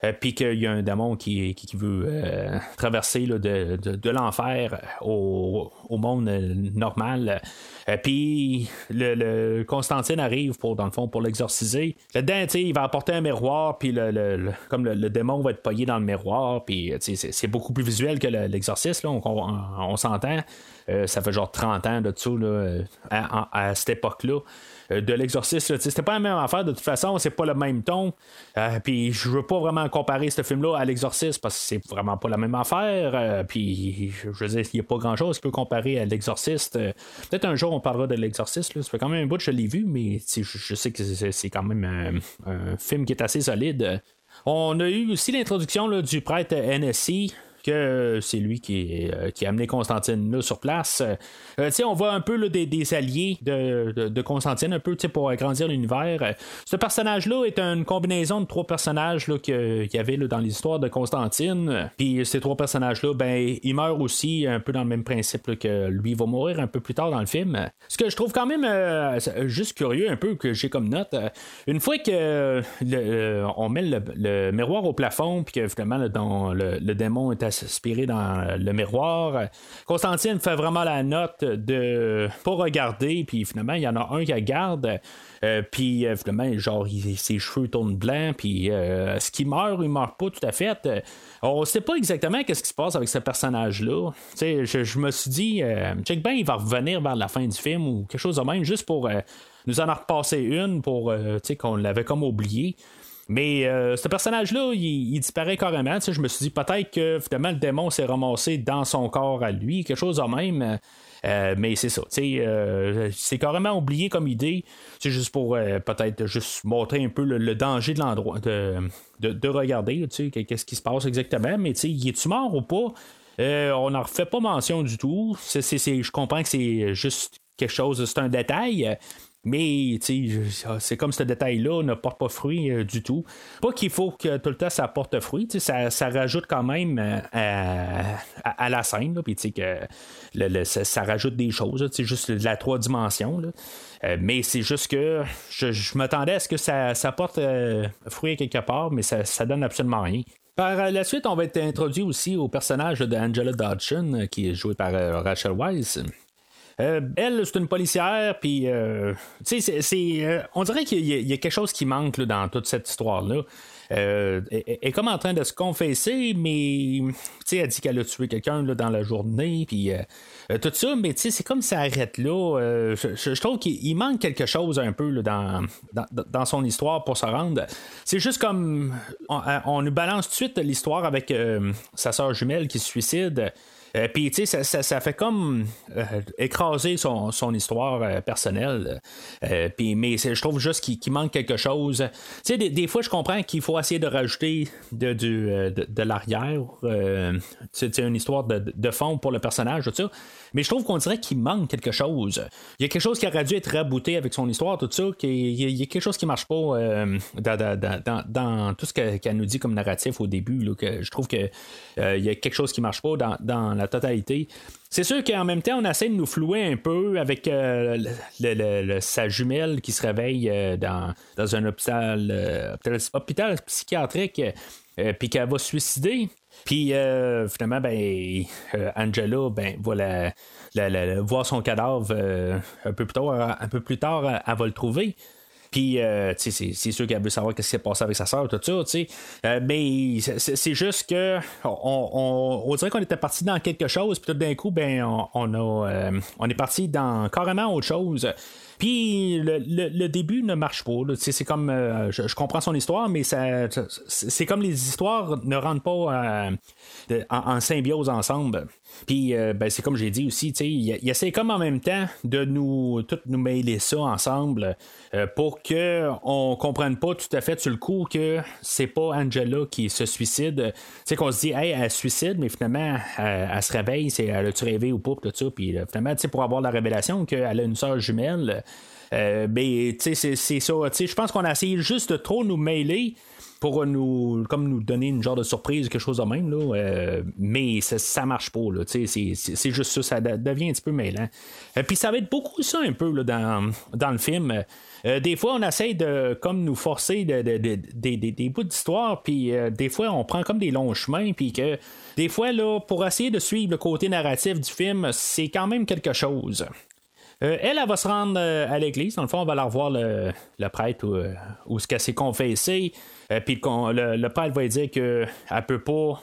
euh, puis qu'il y a un démon qui, qui, qui veut euh, traverser là, de, de, de l'enfer au, au monde normal. Euh, puis le, le Constantine arrive pour, dans le fond, pour l'exorciser. Là-dedans, il va apporter un miroir, puis le, le, le, comme le, le démon va être pogné dans le miroir, puis c'est, c'est beaucoup plus visuel que le, l'exorciste, là, on, on, on s'entend. Euh, ça fait genre trente ans de tout là, à, à, à cette époque-là. De l'exorciste, c'était pas la même affaire de toute façon, c'est pas le même ton. Euh, puis je veux pas vraiment comparer ce film-là à l'exorciste parce que c'est vraiment pas la même affaire. Euh, puis je veux dire, il n'y a pas grand-chose qui peut comparer à l'exorciste. Euh, peut-être un jour on parlera de l'exorciste. Là. Ça fait quand même un bout que je l'ai vu, mais je, je sais que c'est, c'est quand même un, un film qui est assez solide. On a eu aussi l'introduction là, du prêtre N S I. Que c'est lui qui, euh, qui a amené Constantine là, sur place. Euh, on voit un peu là, des, des alliés de, de, de Constantine, un peu pour agrandir l'univers. Euh, ce personnage-là est une combinaison de trois personnages là, qu'il y avait là, dans l'histoire de Constantine. Puis ces trois personnages-là, ben, ils meurent aussi un peu dans le même principe là, que lui va mourir un peu plus tard dans le film. Ce que je trouve quand même euh, juste curieux un peu que j'ai comme note. Euh, une fois que le, on met le, le miroir au plafond, puis que finalement là, dans le, le démon est aspiré dans le miroir. Constantine fait vraiment la note de pas regarder, puis finalement, il y en a un qui regarde, euh, puis euh, finalement, genre, il, ses cheveux tournent blancs, puis euh, ce qui meurt, il meurt pas tout à fait. On sait pas exactement qu'est-ce qui se passe avec ce personnage-là. Tu sais, je, je me suis dit, euh, check ben, il va revenir vers la fin du film ou quelque chose de même, juste pour euh, nous en repasser une, pour euh, tu sais, qu'on l'avait comme oublié. Mais euh, ce personnage-là, il, il disparaît carrément. Je me suis dit peut-être que finalement le démon s'est ramassé dans son corps à lui, quelque chose de même. Euh, mais c'est ça. Euh, c'est carrément oublié comme idée. C'est juste pour euh, peut-être juste montrer un peu le, le danger de l'endroit, de, de, de regarder qu'est-ce qui se passe exactement. Mais il est-tu mort ou pas? Euh, on n'en refait pas mention du tout. C'est, c'est, c'est, je comprends que c'est juste quelque chose, c'est un détail. Mais c'est comme ce détail-là ne porte pas fruit euh, du tout. Pas qu'il faut que tout le temps ça porte fruit, ça, ça rajoute quand même euh, à, à, à la scène, puis que le, le, ça, ça rajoute des choses, c'est juste de la trois dimensions. Là. Euh, mais c'est juste que je, je m'attendais à ce que ça, ça porte euh, fruit quelque part, mais ça, ça donne absolument rien. Par la suite, on va être introduit aussi au personnage d'Angela Dodson, qui est joué par euh, Rachel Weisz. Euh, elle, c'est une policière, puis euh, tu sais, c'est, c'est, euh, on dirait qu'il y a, il y a quelque chose qui manque là, dans toute cette histoire-là. Euh, elle, elle est comme en train de se confesser, mais tu sais, elle dit qu'elle a tué quelqu'un là, dans la journée, puis euh, euh, tout ça, mais tu sais, c'est comme ça arrête là. Euh, je, je trouve qu'il manque quelque chose un peu là, dans, dans, dans son histoire pour se rendre. C'est juste comme on, on nous balance tout de suite l'histoire avec euh, sa sœur jumelle qui se suicide. Euh, Puis, tu sais, ça, ça, ça fait comme euh, écraser son, son histoire euh, personnelle. Euh, puis, mais je trouve juste qu'il, qu'il manque quelque chose. Tu sais, des, des fois, je comprends qu'il faut essayer de rajouter de, du, euh, de, de l'arrière. Euh, tu sais, une histoire de, de fond pour le personnage, tout ça. Mais je trouve qu'on dirait qu'il manque quelque chose. Il y a quelque chose qui aurait dû être rabouté avec son histoire, tout ça. Il y a, il y a quelque chose qui marche pas euh, dans, dans, dans, dans tout ce que, qu'elle nous dit comme narratif au début. Là, que je trouve qu'il euh, y a quelque chose qui marche pas dans, dans la totalité. C'est sûr qu'en même temps, on essaie de nous flouer un peu avec euh, le, le, le, sa jumelle qui se réveille euh, dans, dans un hôpital, euh, hôpital psychiatrique, euh, puis qu'elle va se suicider. Puis euh, finalement, ben, euh, Angela, ben, va la, la, la, voir son cadavre euh, un peu plus tard, un peu plus tard, elle va le trouver. Puis, euh, c'est, c'est sûr qu'elle veut savoir ce qui s'est passé avec sa soeur, tout ça, tu sais. Euh, mais c'est, c'est juste que on, on, on dirait qu'on était parti dans quelque chose, puis tout d'un coup, ben, on, on a, euh, on est parti dans carrément autre chose. Puis le, le, le début ne marche pas. Là. C'est comme euh, je, je comprends son histoire, mais ça, c'est comme les histoires ne rentrent pas euh, de, en, en symbiose ensemble. Puis euh, ben, c'est comme j'ai dit aussi, il, il essaie comme en même temps de nous tout nous mêler ça ensemble euh, pour que on comprenne pas tout à fait sur le coup que c'est pas Angela qui se suicide. T'sais, qu'on se dit hey, elle se suicide, mais finalement elle, elle se réveille, c'est elle a-tu rêvé ou pas, tout ça. Puis finalement, pour avoir la révélation qu'elle a une sœur jumelle. Euh, mais c'est, c'est ça. Je pense qu'on a essayé juste de trop nous mêler pour nous comme nous donner une genre de surprise, quelque chose de même. Là, euh, mais ça, ça marche pas. Là, c'est, c'est, c'est juste ça, ça devient un petit peu mêlant. Et puis ça va être beaucoup ça un peu là, dans, dans le film. Euh, des fois, on essaie de comme nous forcer de, de, de, de, de, des bouts d'histoire, puis euh, des fois, on prend comme des longs chemins, puis que des fois, là, pour essayer de suivre le côté narratif du film, c'est quand même quelque chose. Euh, elle, elle va se rendre euh, à l'église. Dans le fond, on va la revoir le, le prêtre où, où ce qu'elle s'est confessée. Euh, Puis le, le prêtre va lui dire qu'elle ne peut pas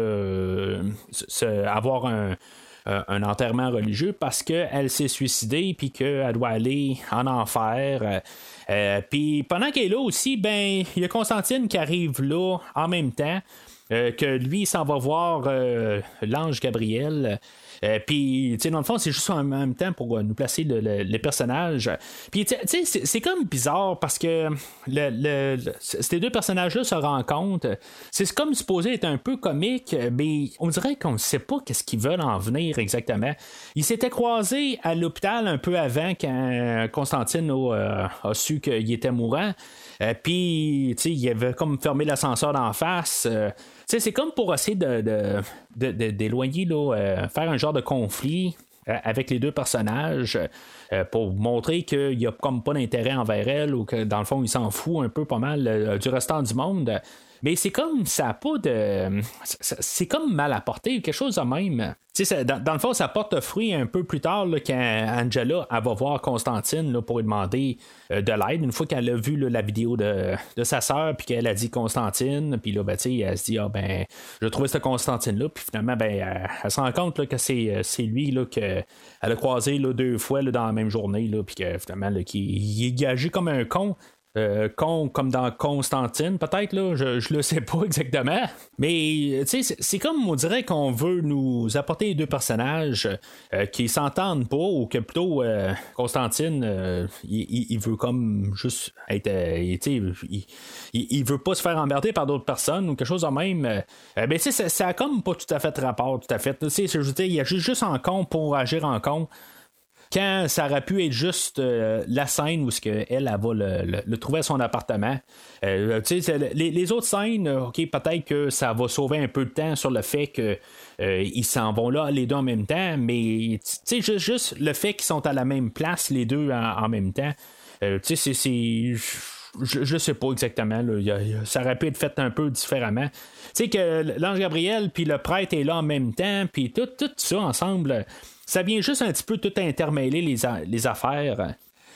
se, se, avoir un, un enterrement religieux parce qu'elle s'est suicidée puis qu'elle doit aller en enfer. Euh, puis pendant qu'elle est là aussi, ben il y a Constantine qui arrive là en même temps. Euh, que lui, il s'en va voir euh, l'ange Gabriel. Euh, puis, tu sais, dans le fond, c'est juste en même temps pour euh, nous placer le, le, les personnages. Puis, tu sais, c'est, c'est comme bizarre parce que le, le, le, ces deux personnages-là se rencontrent. C'est comme supposé être un peu comique, mais on dirait qu'on ne sait pas qu'est-ce qu'ils veulent en venir exactement. Ils s'étaient croisés à l'hôpital un peu avant quand Constantine a, a su qu'il était mourant. Euh, puis, tu sais, il avait comme fermé l'ascenseur d'en face. Euh, tu sais, c'est comme pour essayer de, de, de, de d'éloigner, là, euh, faire un genre de conflit euh, avec les deux personnages euh, pour montrer qu'il n'y a comme pas d'intérêt envers elle ou que dans le fond, il s'en fout un peu pas mal euh, du restant du monde. Mais c'est comme ça n'a pas de. C'est comme mal apporté, quelque chose de même. Ça, dans, dans le fond, ça porte fruit un peu plus tard là, quand Angela elle va voir Constantine là, pour lui demander euh, de l'aide. Une fois qu'elle a vu là, la vidéo de, de sa sœur, puis qu'elle a dit Constantine, puis là, ben, elle se dit ah ben, je trouvé ce Constantine-là, puis finalement, ben, elle, elle se rend compte là, que c'est, c'est lui là, qu'elle a croisé là, deux fois là, dans la même journée, là, puis que finalement, là, qu'il, il est gagé comme un con. Euh, con comme dans Constantine, peut-être, là, je, je le sais pas exactement. Mais, tu sais, c'est, c'est comme on dirait qu'on veut nous apporter les deux personnages euh, qui s'entendent pas, ou que plutôt euh, Constantine, euh, il, il veut comme juste être. Euh, tu sais, il, il, il veut pas se faire emmerder par d'autres personnes ou quelque chose de même. Euh, ben, tu sais, ça, ça a comme pas tout à fait rapport, tout à fait. Tu sais, je veux dire, il y a juste, juste en con pour agir en con. Quand ça aurait pu être juste euh, la scène où ce que elle, elle va le, le, le trouver à son appartement. Euh, les, les autres scènes, ok, peut-être que ça va sauver un peu de temps sur le fait que euh, ils s'en vont là les deux en même temps, mais juste, juste le fait qu'ils sont à la même place les deux en, en même temps. Euh, tu sais, c'est, c'est je, je sais pas exactement. Là, y a, y a, ça aurait pu être fait un peu différemment. Tu sais que l'ange Gabriel puis le prêtre est là en même temps, puis tout, tout ça ensemble. Ça vient juste un petit peu tout intermêler les, a- les affaires.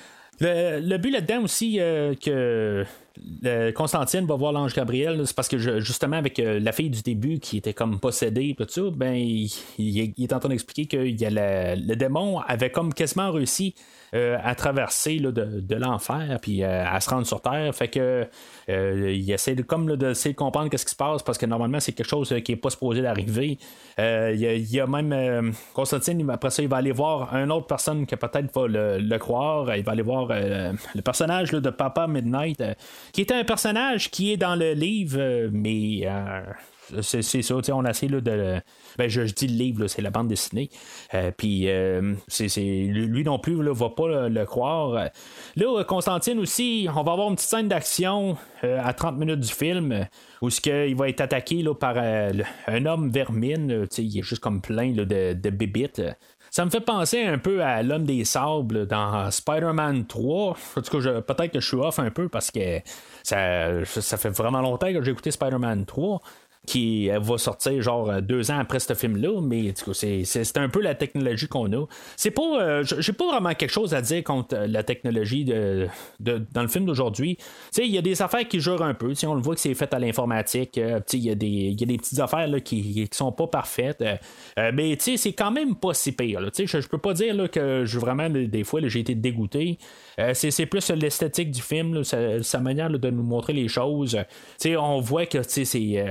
Le, le but là-dedans aussi euh, que le Constantine va voir l'ange Gabriel, c'est parce que je, justement avec euh, la fille du début qui était comme possédée tout ça, ben il, il, il est en train d'expliquer que il y a la, le démon avait comme quasiment réussi euh, à traverser là, de, de l'enfer puis euh, à se rendre sur terre, fait que euh, il essaie de, comme là, de, essayer de comprendre qu'est-ce qui se passe parce que normalement c'est quelque chose qui est pas supposé d'arriver. Euh, il, y a, il y a même euh, Constantine, après ça il va aller voir une autre personne qui peut-être va le, le croire, il va aller voir euh, le personnage là, de Papa Midnight euh, qui est un personnage qui est dans le livre, euh, mais euh, c'est, c'est ça, on a essayé là, de. Ben, je, je dis le livre, là, c'est la bande dessinée. Euh, Puis, euh, c'est, c'est, lui non plus ne va pas le, le croire. Là, Constantine aussi, on va avoir une petite scène d'action euh, à trente minutes du film où ce que, il va être attaqué là, par euh, un homme vermine. Euh, il est juste comme plein là, de, de bébites. Ça me fait penser un peu à l'homme des sables dans Spider-Man trois. En tout cas, je, peut-être que je suis off un peu parce que ça, ça fait vraiment longtemps que j'ai écouté Spider-Man trois. Qui va sortir genre deux ans après ce film-là, mais du coup, c'est, c'est, c'est un peu la technologie qu'on a. C'est pas, euh, j'ai pas vraiment quelque chose à dire contre la technologie de, de dans le film d'aujourd'hui. Tu sais, il y a des affaires qui jurent un peu. T'sais, on le voit que c'est fait à l'informatique. Euh, il y a des, il y a des petites affaires là, qui, qui sont pas parfaites. Euh, mais tu sais, c'est quand même pas si pire. Je, je peux pas dire là, que je, vraiment des fois là, j'ai été dégoûté. Euh, c'est, c'est plus l'esthétique du film, là, sa, sa manière là, de nous montrer les choses. T'sais, on voit que c'est, euh, il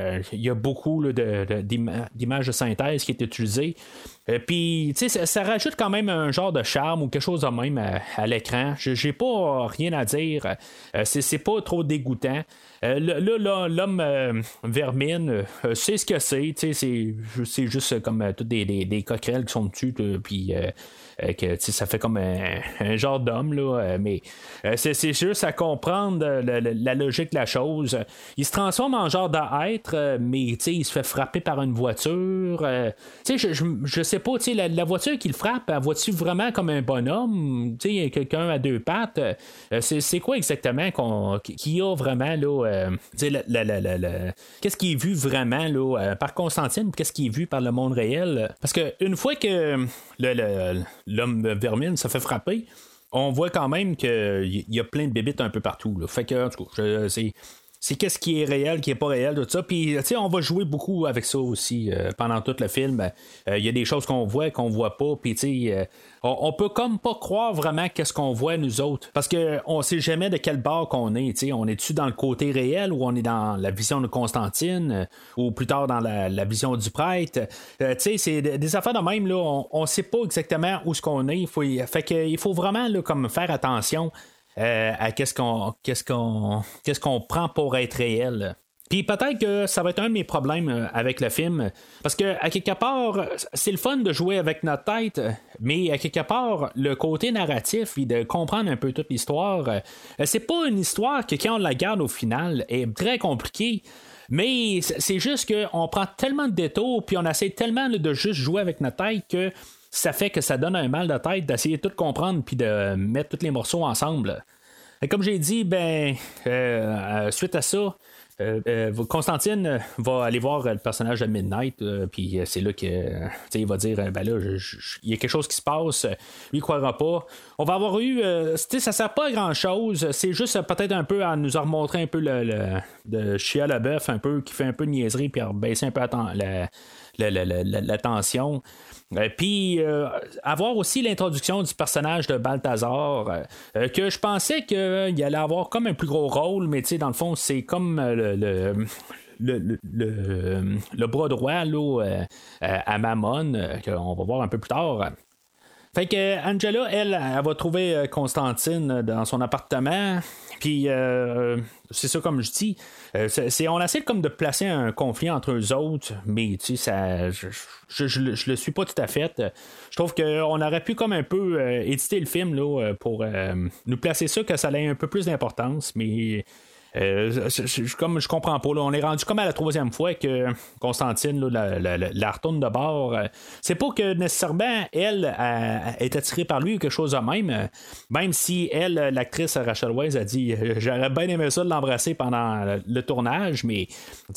y a beaucoup là, de, de, d'ima- d'images de synthèse qui est utilisées. Euh, Puis, tu sais, ça, ça rajoute quand même un genre de charme ou quelque chose de même à, à l'écran. Je- J'ai pas rien à dire. Euh, c'est, c'est pas trop dégoûtant. Euh, là, là, là, l'homme euh, vermine, euh, c'est ce que c'est. Tu sais, c'est, c'est juste comme euh, toutes des, des, des coquerelles qui sont dessus. euh, Puis, euh, euh, que tu sais, ça fait comme un, un genre d'homme. Là, euh, mais euh, c'est, c'est juste à comprendre euh, la, la- la logique de la chose. Il se transforme en genre d'être, euh, mais tu sais, il se fait frapper par une voiture. euh, tu sais, je, je, je sais pas, tu sais, la, la voiture qui le frappe, elle voit-tu vraiment comme un bonhomme? Tu sais, quelqu'un à deux pattes. euh, c'est, c'est quoi exactement qu'on, qui a vraiment, là, euh, tu sais, la, la, la, la- la- qu'est-ce qui est vu vraiment, là, euh, par Constantine, puis qu'est-ce qui est vu par le monde réel? Parce que une fois que le, le- l'homme vermine se fait frapper, on voit quand même qu'il y a plein de bébites un peu partout. Là. Fait que, en tout cas, je- c'est. C'est qu'est-ce qui est réel, qui est pas réel, tout ça. Puis, tu sais, on va jouer beaucoup avec ça aussi euh, pendant tout le film. Il euh, y a des choses qu'on voit, qu'on voit pas. Puis, tu sais, euh, on, on peut comme pas croire vraiment qu'est-ce qu'on voit nous autres. Parce que on sait jamais de quel bord qu'on est. Tu sais, on est-tu dans le côté réel ou on est dans la vision de Constantine euh, ou plus tard dans la, la vision du prêtre. Euh, tu sais, c'est des, des affaires de même, là. On, on sait pas exactement où ce qu'on est. Il faut, fait que, il faut vraiment, là, comme faire attention. Euh, à qu'est-ce qu'on qu'est-ce qu'on qu'est-ce qu'on prend pour être réel. Puis peut-être que ça va être un de mes problèmes avec le film, parce que à quelque part, c'est le fun de jouer avec notre tête, mais à quelque part, le côté narratif et de comprendre un peu toute l'histoire, c'est pas une histoire que quand on la garde au final est très compliquée. Mais c'est juste qu'on prend tellement de détours, puis on essaie tellement de juste jouer avec notre tête que ça fait que ça donne un mal de tête d'essayer de tout comprendre puis de mettre tous les morceaux ensemble. Et comme j'ai dit, ben euh, suite à ça, euh, euh, Constantine va aller voir le personnage de Midnight, euh, puis c'est là que euh, il va dire ben là, il y a quelque chose qui se passe, lui il croira pas. On va avoir eu, euh, ça sert pas à grand chose, c'est juste peut-être un peu à nous remontrer un peu le, le de Shia LaBeouf un peu qui fait un peu de niaiserie puis à baisser un peu la, la, la, la, la, la tension. Euh, Puis euh, avoir aussi l'introduction du personnage de Balthazar, euh, que je pensais qu'il allait avoir comme un plus gros rôle, mais tu sais, dans le fond, c'est comme euh, le. le Le, le, le, le bras droit là, euh, à Mammon, euh, qu'on va voir un peu plus tard. Fait que Angela, elle, elle va trouver Constantine dans son appartement. Puis euh, c'est ça, comme je dis, euh, c'est, c'est, on essaie comme de placer un conflit entre eux autres, mais tu sais, ça, je, je, je, je le suis pas tout à fait. Je trouve qu'on aurait pu comme un peu euh, éditer le film là, pour euh, nous placer ça, que ça ait un peu plus d'importance, mais. Euh, je, je, comme je comprends pas, là, on est rendu comme à la troisième fois que Constantine là, la, la, la, la retourne de bord. C'est pas que nécessairement elle a, est attirée par lui ou quelque chose de même. Même si elle, l'actrice Rachel Weisz, a dit j'aurais bien aimé ça de l'embrasser pendant le, le tournage, mais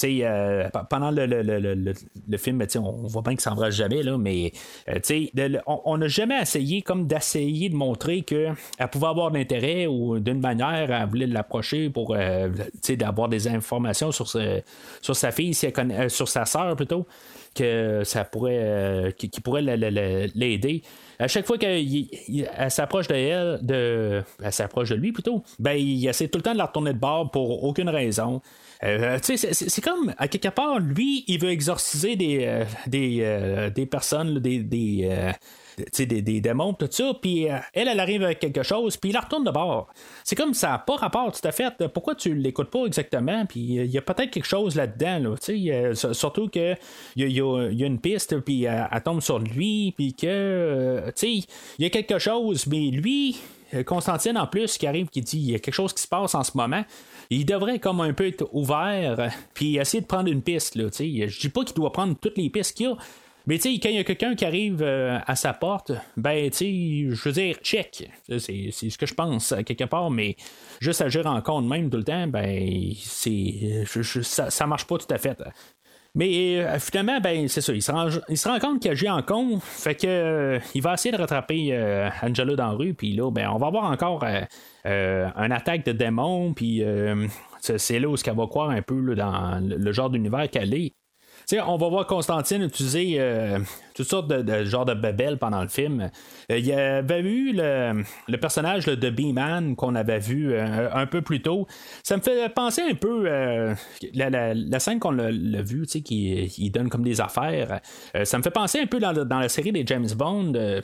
euh, pendant le, le, le, le, le film, on voit bien qu'ils s'embrassent jamais, là, mais euh, de, on n'a jamais essayé comme d'essayer de montrer qu'elle pouvait avoir de l'intérêt ou d'une manière elle voulait l'approcher pour euh, d'avoir des informations sur, ce, sur sa fille, si elle connaît, euh, sur sa sœur plutôt, que ça pourrait euh, qui, qui pourrait l'aider. À chaque fois qu'elle s'approche de elle, de, elle s'approche de lui plutôt, ben il essaie tout le temps de la retourner de bord pour aucune raison. Euh, c'est, c'est, c'est comme à quelque part, lui, il veut exorciser des euh, des, euh, des personnes, des, des euh, Des, des, des démons, tout ça, puis euh, elle, elle arrive avec quelque chose, puis il la retourne de bord. C'est comme ça n'a pas rapport tout à fait. Pourquoi tu l'écoutes pas exactement? Puis il y a peut-être quelque chose là-dedans, là, euh, surtout que il y, y, y a une piste, puis elle, elle tombe sur lui, puis que, euh, tu sais, il y a quelque chose, mais lui, Constantine, en plus, qui arrive, qui dit il y a quelque chose qui se passe en ce moment, il devrait comme un peu être ouvert, puis essayer de prendre une piste, là, tu sais. Je dis pas qu'il doit prendre toutes les pistes qu'il y a, mais tu sais, quand il y a quelqu'un qui arrive euh, à sa porte, ben tu sais, je veux dire, check. C'est, c'est ce que je pense quelque part, mais juste agir en compte même tout le temps, ben c'est je, je, ça, ça marche pas tout à fait. Mais euh, finalement, ben c'est ça, il se rend, il se rend compte qu'il agit en con, fait que euh, il va essayer de rattraper euh, Angela dans la rue, puis là, ben on va avoir encore euh, euh, une attaque de démons, puis euh, c'est, c'est là où ce qu'elle va croire un peu là, dans le, le genre d'univers qu'elle est. sais, on va voir Constantine utiliser euh, toutes sortes de, de genres de babel pendant le film. Euh, il y avait eu le, le personnage là, de B-Man qu'on avait vu euh, un peu plus tôt. Ça me fait penser un peu euh, la, la, la scène qu'on l'a, l'a vu, tu sais, qui il donne comme des affaires. Euh, ça me fait penser un peu dans, dans la série des James Bond euh,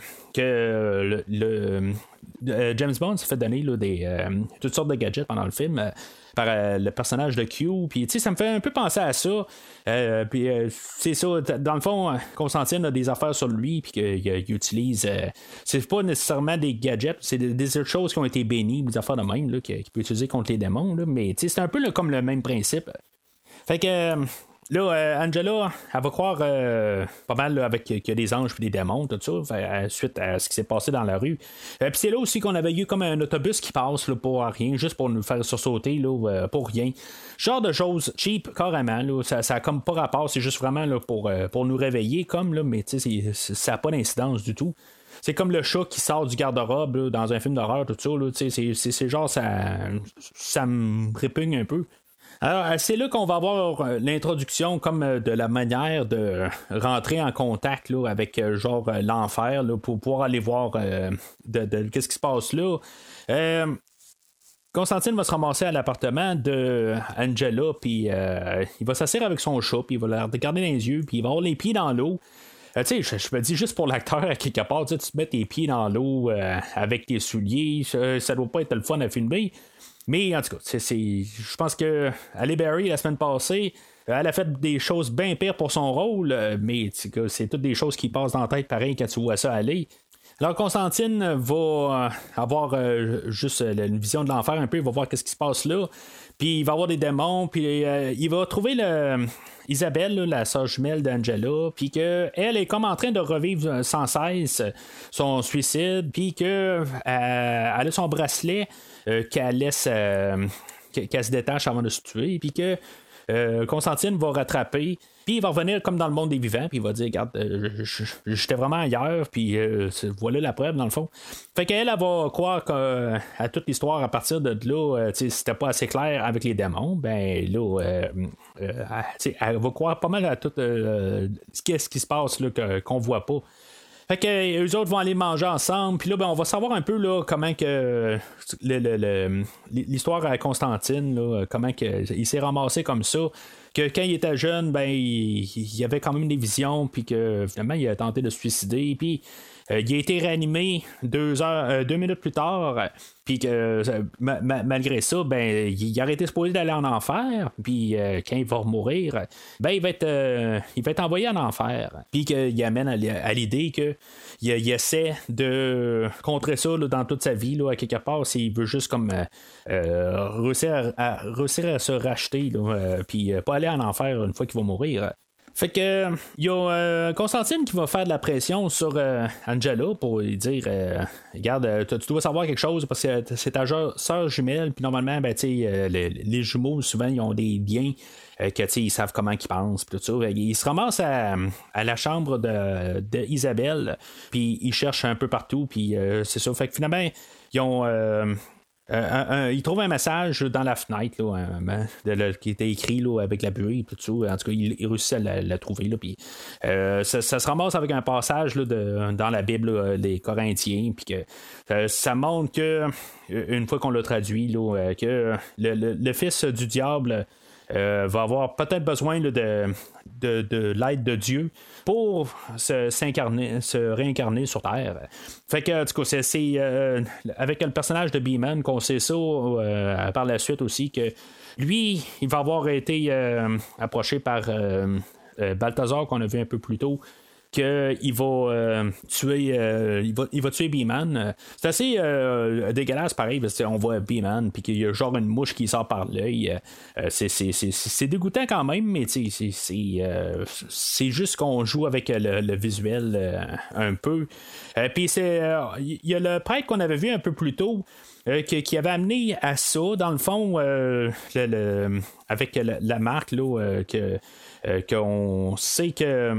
que le, le euh, James Bond s'est fait donner là, des, euh, toutes sortes de gadgets pendant le film. Euh, par euh, le personnage de Q, puis tu sais, ça me fait un peu penser à ça. Euh, puis euh, c'est ça, dans le fond, Constantine a des affaires sur lui, puis qu'il utilise. Euh, c'est pas nécessairement des gadgets, c'est des, des choses qui ont été bénies, des affaires de même, là, qu'il, qu'il peut utiliser contre les démons, là, mais tu sais, c'est un peu là, comme le même principe. Fait que. Euh, Là, euh, Angela, elle va croire euh, pas mal là, avec qu'il y a des anges et des démons, tout ça, fait, suite à ce qui s'est passé dans la rue. Euh, puis c'est là aussi qu'on avait eu comme un autobus qui passe là, pour rien, juste pour nous faire sursauter, là, euh, pour rien. Genre de choses cheap, carrément. Là, ça, ça a comme pas rapport, c'est juste vraiment là, pour, euh, pour nous réveiller, comme, là, mais ça n'a pas d'incidence du tout. C'est comme le chat qui sort du garde-robe là, dans un film d'horreur, tout ça. Là, c'est, c'est, c'est genre, ça, ça me répugne un peu. Alors, c'est là qu'on va avoir l'introduction comme de la manière de rentrer en contact là, avec genre l'enfer là, pour pouvoir aller voir euh, de, de, qu'est-ce qui se passe là. Euh, Constantine va se ramasser à l'appartement de Angela, puis euh, il va s'asseoir avec son chat, puis il va la regarder dans les yeux, puis il va avoir les pieds dans l'eau. Euh, tu sais, je, je me dis juste pour l'acteur, à quelque part, tu te mets tes pieds dans l'eau euh, avec tes souliers, ça, ça doit pas être le fun à filmer. Mais en tout cas, c'est, c'est, je pense que Halle Berry, la semaine passée, elle a fait des choses bien pires pour son rôle, mais c'est toutes des choses qui passent dans la tête pareil quand tu vois ça aller. Alors Constantine va avoir euh, juste une vision de l'enfer un peu, il va voir qu'est-ce qui se passe là, puis il va avoir des démons, puis euh, il va trouver le, Isabelle, là, la sœur jumelle d'Angela, puis qu'elle est comme en train de revivre sans cesse son suicide, puis qu'elle euh, a son bracelet euh, qu'elle laisse, euh, qu'elle se détache avant de se tuer, puis que euh, Constantine va rattraper. Puis il va revenir comme dans le monde des vivants, puis il va dire, regarde, euh, j'étais vraiment ailleurs, puis euh, voilà la preuve dans le fond. Fait qu'elle, elle va croire qu'à à toute l'histoire à partir de là, euh, si c'était pas assez clair avec les démons, ben là, euh, euh, elle va croire pas mal à tout euh, ce qui se passe là, que, qu'on voit pas. Fait que eux autres vont aller manger ensemble, puis là, ben, on va savoir un peu là, comment que le, le, le, l'histoire à Constantine, là, comment que, il s'est ramassé comme ça. Que quand il était jeune, ben il, il avait quand même des visions, puis que finalement il a tenté de se suicider, puis euh, il a été réanimé deux heures, euh, deux minutes plus tard, puis que euh, ma, ma, malgré ça, ben il, il a arrêté supposé d'aller en enfer, puis euh, quand il va mourir, ben il va être, euh, il va être envoyé en enfer, puis qu'il amène à, à l'idée que il, il essaie de contrer ça là, dans toute sa vie, là, à quelque part, s'il veut juste comme euh, euh, réussir, à, à, réussir à se racheter, euh, puis euh, pas aller en enfer une fois qu'il va mourir. Fait que il y a euh, Constantine qui va faire de la pression sur euh, Angela pour lui dire euh, regarde, tu dois savoir quelque chose parce que c'est ta sœur jumelle, puis normalement ben, euh, les, les jumeaux souvent ils ont des liens euh, que ils savent comment ils pensent, tout ça. Ils se ramassent à, à la chambre de, de Isabelle, puis ils cherchent un peu partout, puis euh, c'est ça. Fait que finalement ils ont euh, Euh, un, un, il trouve un message dans la fenêtre là, un, de, le, qui était écrit là, avec la buée et tout ça. En tout cas, il, il réussit à la, la trouver. Là, puis, euh, ça, ça se ramasse avec un passage là, de, dans la Bible là, des Corinthiens. Puis que euh, ça montre que, une fois qu'on l'a traduit, là, que le, le, le fils du diable euh, va avoir peut-être besoin là, de, de, de l'aide de Dieu pour se, s'incarner, se réincarner sur Terre. Fait que, en tout cas, c'est, c'est euh, avec le personnage de B-Man qu'on sait ça euh, par la suite aussi, que lui, il va avoir été euh, approché par euh, euh, Balthazar, qu'on a vu un peu plus tôt, qu'il va euh, tuer euh, il, va, il va tuer B-Man. C'est assez euh, dégueulasse pareil parce qu'on voit B-Man puis qu'il y a genre une mouche qui sort par l'œil. Euh, c'est, c'est, c'est, c'est dégoûtant quand même, mais c'est, c'est, euh, c'est juste qu'on joue avec le, le visuel euh, un peu. Euh, puis c'est il euh, y a le prêtre qu'on avait vu un peu plus tôt. Euh, qui, qui avait amené à ça, dans le fond, euh, le, le, avec le, la marque là, euh, que, euh, qu'on sait que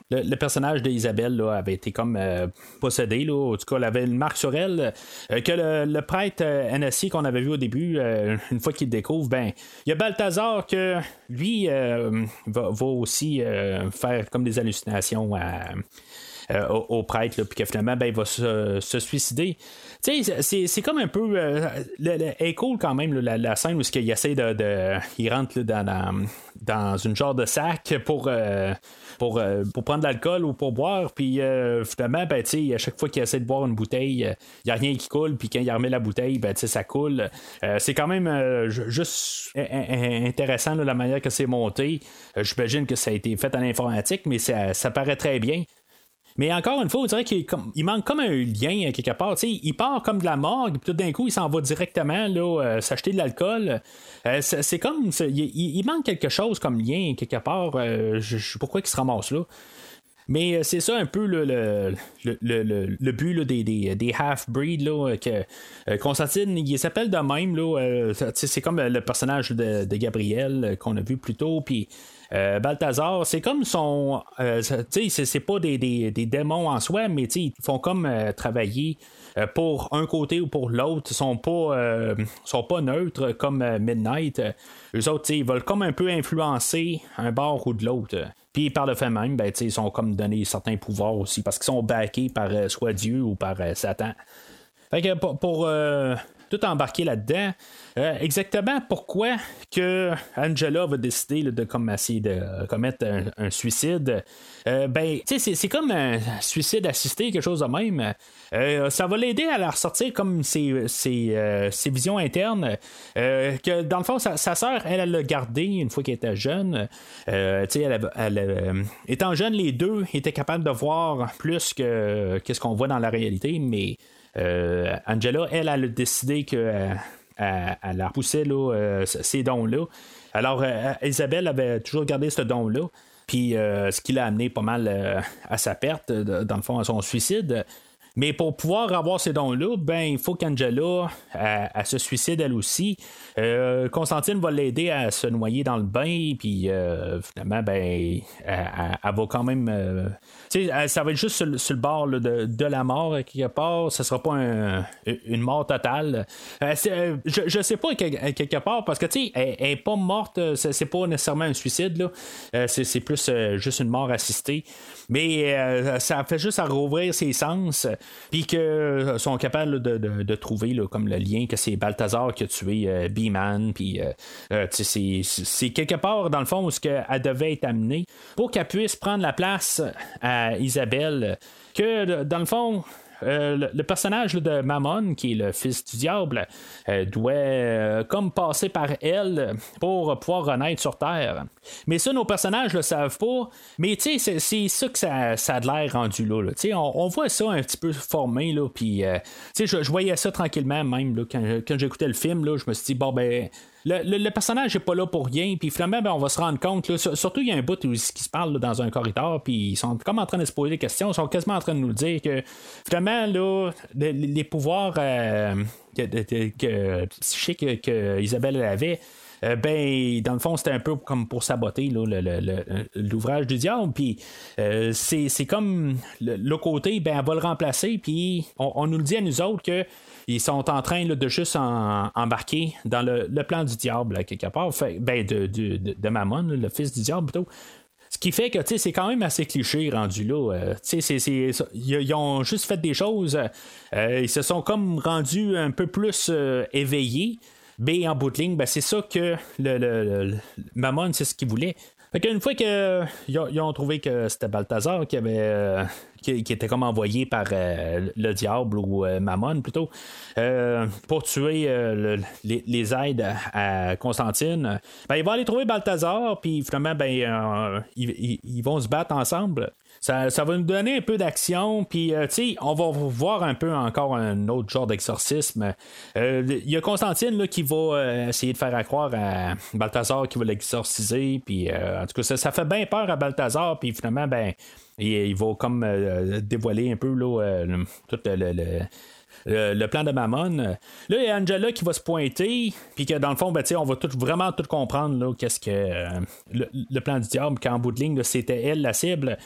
le, le personnage d'Isabelle là, avait été comme euh, possédé, là, en tout cas, elle avait une marque sur elle, euh, que le, le prêtre euh, Hennessy qu'on avait vu au début, euh, une fois qu'il le découvre, ben, il y a Balthazar que lui euh, va, va aussi euh, faire comme des hallucinations à. Euh, au, au prêtre, puis que finalement, ben, il va se, se suicider. Tu sais, c'est, c'est comme un peu. Euh, le, le, elle est cool quand même, là, la, la scène où il essaie de. de il rentre là, dans, dans, dans une genre de sac pour. Euh, Pour, euh, pour prendre de l'alcool ou pour boire, puis euh, finalement, ben, à chaque fois qu'il essaie de boire une bouteille, il euh, n'y a rien qui coule, puis quand il remet la bouteille, ben, ça coule. Euh, c'est quand même euh, juste intéressant là, la manière que c'est monté. Euh, j'imagine que ça a été fait en informatique, mais ça, ça paraît très bien. Mais encore une fois, on dirait qu'il il manque comme un lien quelque part. T'sais, il part comme de la morgue, puis tout d'un coup, il s'en va directement là, euh, s'acheter de l'alcool. Euh, c'est, c'est comme. C'est, il, il manque quelque chose comme lien quelque part. Euh, je sais pourquoi il se ramasse là. Mais c'est ça un peu le, le, le, le, le but là, des, des, des half-breeds là, que euh, Constantine, il s'appelle de même. Là, euh, c'est comme le personnage de, de Gabriel euh, qu'on a vu plus tôt. Puis euh, Balthazar, c'est comme son. Euh, c'est, c'est pas des, des, des démons en soi, mais ils font comme euh, travailler euh, pour un côté ou pour l'autre. Ils sont pas, euh, sont pas neutres comme euh, Midnight. Eux autres, ils veulent comme un peu influencer un bord ou de l'autre. Puis par le fait même, ben, ils sont comme donnés certains pouvoirs aussi parce qu'ils sont backés par euh, soit Dieu ou par euh, Satan. Fait que pour, pour euh, tout embarquer là-dedans, euh, exactement pourquoi que Angela va décider là, de comme, essayer de euh, commettre un, un suicide, euh, ben, tu sais, c'est, c'est comme un suicide assisté, quelque chose de même. Euh, ça va l'aider à la ressortir comme ses, ses, euh, ses visions internes. Euh, que dans le fond, sa, sa sœur, elle, elle l'a gardé une fois qu'elle était jeune. Euh, elle, elle, elle, euh, étant jeune, les deux étaient capables de voir plus que, que ce qu'on voit dans la réalité, mais euh, Angela, elle, elle a décidé que. Euh, Elle, elle a repoussé là, euh, ces dons-là. Alors, euh, Isabelle avait toujours gardé ce don-là. Puis, euh, ce qui l'a amené pas mal euh, à sa perte, dans le fond, à son suicide. Mais pour pouvoir avoir ces dons-là, ben, il faut qu'Angela elle, elle se suicide elle aussi. Euh, Constantine va l'aider à se noyer dans le bain, puis euh, finalement, ben, elle, elle, elle va quand même. Euh, tu sais, ça va être juste sur, sur le bord là, de, de la mort quelque part. Ça sera pas un, une mort totale. Euh, c'est, je, je sais pas quelque part parce que tu sais, elle, elle est pas morte. C'est, c'est pas nécessairement un suicide là. Euh, c'est, c'est plus euh, juste une mort assistée. Mais euh, ça fait juste à rouvrir ses sens. Puis qu'ils sont capables de, de, de trouver là, comme le lien que c'est Balthazar qui a tué euh, B-Man. Puis euh, euh, c'est, c'est quelque part, dans le fond, où elle devait être amenée pour qu'elle puisse prendre la place à Isabelle. Que, dans le fond, Euh, le, le personnage là, de Mammon, qui est le fils du diable, euh, doit euh, comme passer par elle pour pouvoir renaître sur Terre. Mais ça, nos personnages le savent pas. Mais tu sais, c'est, c'est ça que ça, ça a de l'air rendu là. là. On, on voit ça un petit peu formé. Puis, euh, je, je voyais ça tranquillement même là, quand, quand j'écoutais le film. Là, je me suis dit, bon, ben. Le, le, le personnage n'est pas là pour rien, puis finalement, ben, on va se rendre compte. Là, surtout, il y a un bout où, qui se parle là, dans un corridor, puis ils sont comme en train de se poser des questions, ils sont quasiment en train de nous dire que finalement, là, les, les pouvoirs euh, que, que, que, psychiques que, que Isabelle avait. Euh, ben, dans le fond, c'était un peu comme pour saboter là, le, le, le, l'ouvrage du diable. Puis, euh, c'est, c'est comme le, le côté, ben, elle va le remplacer. Puis, on, on nous le dit à nous autres que ils sont en train là, de juste en, embarquer dans le, le plan du diable, là, quelque part. Fait, ben, de, de, de, de Mammon, là, le fils du diable, plutôt. Ce qui fait que c'est quand même assez cliché rendu là. Euh, c'est, c'est, ils ont juste fait des choses. Euh, ils se sont comme rendus un peu plus euh, éveillés. Mais en bout de ligne, ben, c'est ça que le, le, le Mammon, c'est ce qu'il voulait. Fait qu'une fois qu'ils ont, ils ont trouvé que c'était Balthazar qui avait euh, qui, qui était comme envoyé par euh, le diable ou euh, Mammon plutôt euh, pour tuer euh, le, les, les aides à, à Constantine, ben, ils vont aller trouver Balthazar, puis finalement ben, euh, ils, ils, ils vont se battre ensemble. Ça, ça va nous donner un peu d'action, puis euh, tu sais, on va voir un peu encore un autre genre d'exorcisme. Il euh, y a Constantine là, qui va euh, essayer de faire croire à Balthazar qui va l'exorciser, puis euh, en tout cas, ça, ça fait bien peur à Balthazar, puis finalement, ben, il, il va comme euh, dévoiler un peu là, euh, tout le, le, le Le, le plan de Mammon. Là, il y a Angela qui va se pointer, puis que dans le fond, ben, on va tout, vraiment tout comprendre là, qu'est-ce que euh, le, le plan du diable, qu'en bout de ligne, là, c'était elle la cible.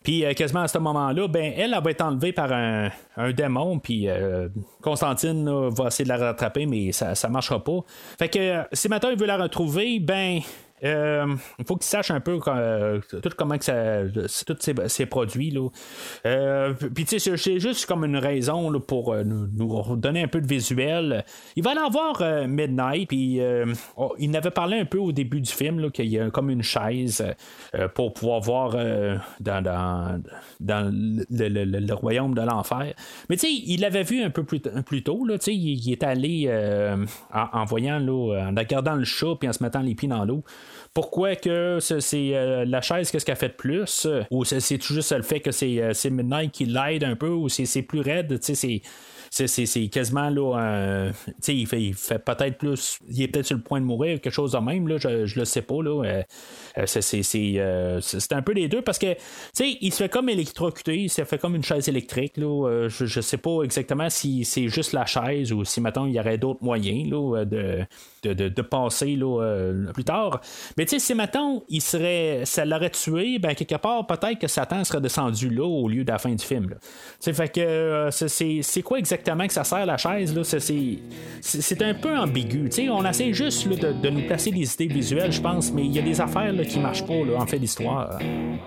Puis euh, quasiment à ce moment-là, ben elle, elle va être enlevée par un, un démon, puis euh, Constantine là, va essayer de la rattraper, mais ça ne marchera pas. Fait que euh, si maintenant il veut la retrouver, ben Euh, il faut qu'il sache un peu euh, tout comment que ça, tous ces, ces produits là. Euh, puis tu sais c'est juste comme une raison là, pour euh, nous, nous donner un peu de visuel. Il va aller avoir euh, Midnight, puis euh, oh, il n'avait parlé un peu au début du film là, qu'il y a comme une chaise euh, pour pouvoir voir euh, dans, dans, dans le, le, le, le royaume de l'enfer. Mais tu sais il l'avait vu un peu plus, plus tôt là, tu sais il, il est allé euh, en, en voyant là, en regardant le chat puis en se mettant les pieds dans l'eau. Pourquoi que c'est, c'est euh, la chaise, qu'est-ce qu'elle fait de plus? Ou c'est, c'est tout juste le fait que c'est, euh, c'est Midnight qui l'aide un peu, ou c'est, c'est plus raide, tu sais, c'est. C'est, c'est, c'est quasiment là, euh, il fait, il fait peut-être plus, il est peut-être sur le point de mourir, quelque chose de même, là, je, je le sais pas. Là, euh, c'est, c'est, c'est, euh, c'est un peu les deux parce que il se fait comme électrocuter, il se fait comme une chaise électrique. Là, euh, je, je sais pas exactement si c'est juste la chaise ou si maintenant il y aurait d'autres moyens là, de, de, de, de passer là, euh, plus tard. Mais si maintenant il serait, ça l'aurait tué, ben quelque part peut-être que Satan serait descendu là au lieu de la fin du film. Là. Fait que euh, c'est, c'est, c'est quoi exactement que ça sert la chaise là, c'est, c'est, c'est un peu ambigu. T'sais, on essaie juste là, de, de nous placer des idées visuelles, je pense, mais il y a des affaires là, qui marchent pas là, en fait l'histoire.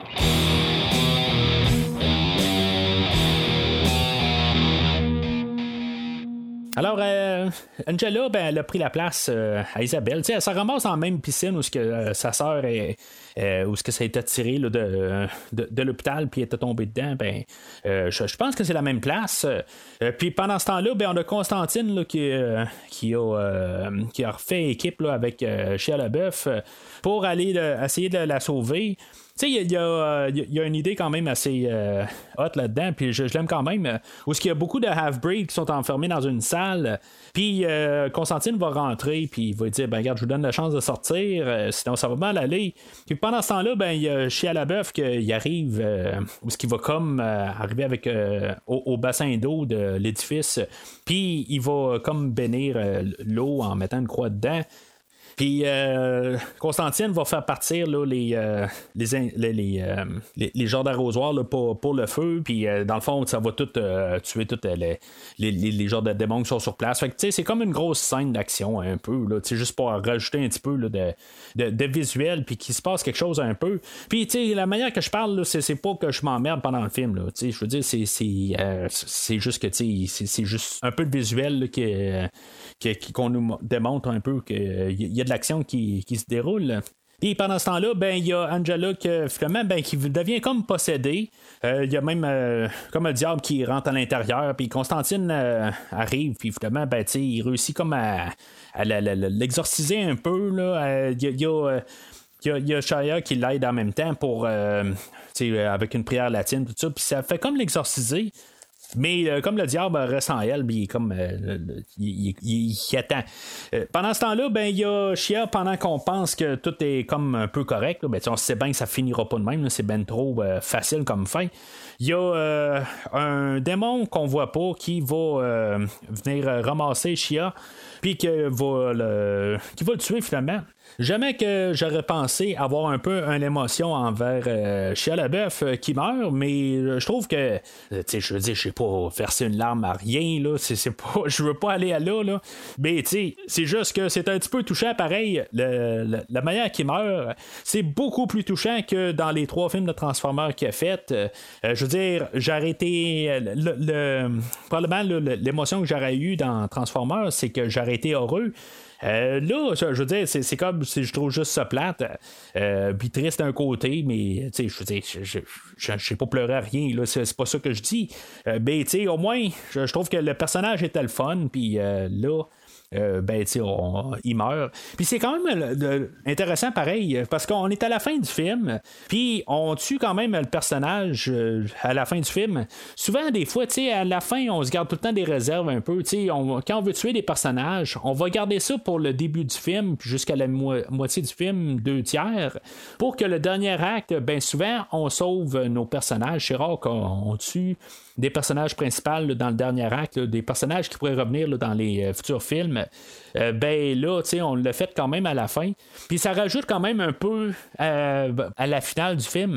Alors, euh, Angela, ben, elle a pris la place euh, à Isabelle. T'sais, elle se ramasse en même piscine où ce que, euh, sa sœur est. Euh, où ce que ça a été tiré là, de, de, de l'hôpital puis était tombé dedans, ben, euh, je, je pense que c'est la même place. Euh, puis pendant ce temps-là, ben, on a Constantine là, qui, euh, qui, a, euh, qui a refait équipe là, avec euh, Shia LaBeouf pour aller de, essayer de la sauver. Tu sais, il y, y, y a une idée quand même assez euh, hot là-dedans, puis je, je l'aime quand même, où il y a beaucoup de half-breeds qui sont enfermés dans une salle, puis euh, Constantine va rentrer, puis il va dire, ben regarde, je vous donne la chance de sortir, euh, sinon ça va mal aller. Puis pendant ce temps-là, ben il y a Shia LaBeouf qui arrive, euh, où il va comme euh, arriver avec euh, au, au bassin d'eau de l'édifice, puis il va comme bénir euh, l'eau en mettant une croix dedans. Puis euh, Constantine va faire partir là, les, euh, les, les, les, euh, les, les genres d'arrosoirs là, pour, pour le feu. Puis euh, dans le fond, ça va tout euh, tuer tous les, les, les, les genres de démons qui sont sur place. Fait que c'est comme une grosse scène d'action un peu. Là, juste pour rajouter un petit peu là, de, de, de visuel. Puis qu'il se passe quelque chose un peu. Puis la manière que je parle, là, c'est, c'est pas que je m'emmerde pendant le film. Je veux dire, c'est, c'est, euh, c'est juste que c'est, c'est juste un peu de visuel là, qui, euh, qui, qu'on nous démontre un peu qu'il euh, y a de l'action qui, qui se déroule. Et pendant ce temps-là, ben il y a Angela que, finalement, ben, qui devient comme possédée. Il euh, y a même euh, comme un diable qui rentre à l'intérieur. Puis Constantine euh, arrive. Puis finalement, ben, il réussit comme à, à, à, à l'exorciser un peu. Il y a, y a Il y, a, il y a Shia qui l'aide en même temps pour euh, avec une prière latine, tout ça. Puis ça fait comme l'exorciser. Mais euh, comme le diable reste en elle, il est comme euh, il, il, il, il attend. Euh, pendant ce temps-là, ben il y a Shia, pendant qu'on pense que tout est comme un peu correct, là, ben, on sait bien que ça finira pas de même, là, c'est ben trop euh, facile comme fin. Il y a euh, un démon qu'on voit pas qui va euh, venir ramasser Shia, puis qui va le, qui va le tuer finalement. Jamais que j'aurais pensé avoir un peu une émotion envers euh, Shia LaBeouf euh, qui meurt, mais euh, je trouve que, euh, tu sais, je veux dire, je sais pas verser une larme à rien, là, c'est, c'est pas, je veux pas aller à là, là, mais tu sais, c'est juste que c'est un petit peu touchant, pareil, le, le, la manière qu'il meurt, c'est beaucoup plus touchant que dans les trois films de Transformers qu'il a fait. Euh, je veux dire, j'aurais été, le, le, probablement le, l'émotion que j'aurais eue dans Transformers, c'est que j'aurais été heureux. Euh, là, je veux dire, c'est, c'est comme si je trouve juste ça plate, euh, puis triste d'un côté, mais tu sais, je veux dire, je n'ai pas pleuré à rien, là, c'est, c'est pas ça que je dis. Euh, mais tu sais, au moins, je, je trouve que le personnage était le fun, puis euh, là. Euh, ben tu sais il meurt, puis c'est quand même euh, de, intéressant pareil parce qu'on est à la fin du film, puis on tue quand même le personnage euh, à la fin du film. Souvent des fois tu sais à la fin on se garde tout le temps des réserves un peu, tu sais quand on veut tuer des personnages on va garder ça pour le début du film puis jusqu'à la mo- moitié du film, deux tiers, pour que le dernier acte, ben souvent on sauve nos personnages. C'est rare qu'on on tue des personnages principaux là, dans le dernier acte, là, des personnages qui pourraient revenir là, dans les euh, futurs films. Euh, ben là, tu sais, on l'a fait quand même à la fin. Puis ça rajoute quand même un peu euh, à la finale du film.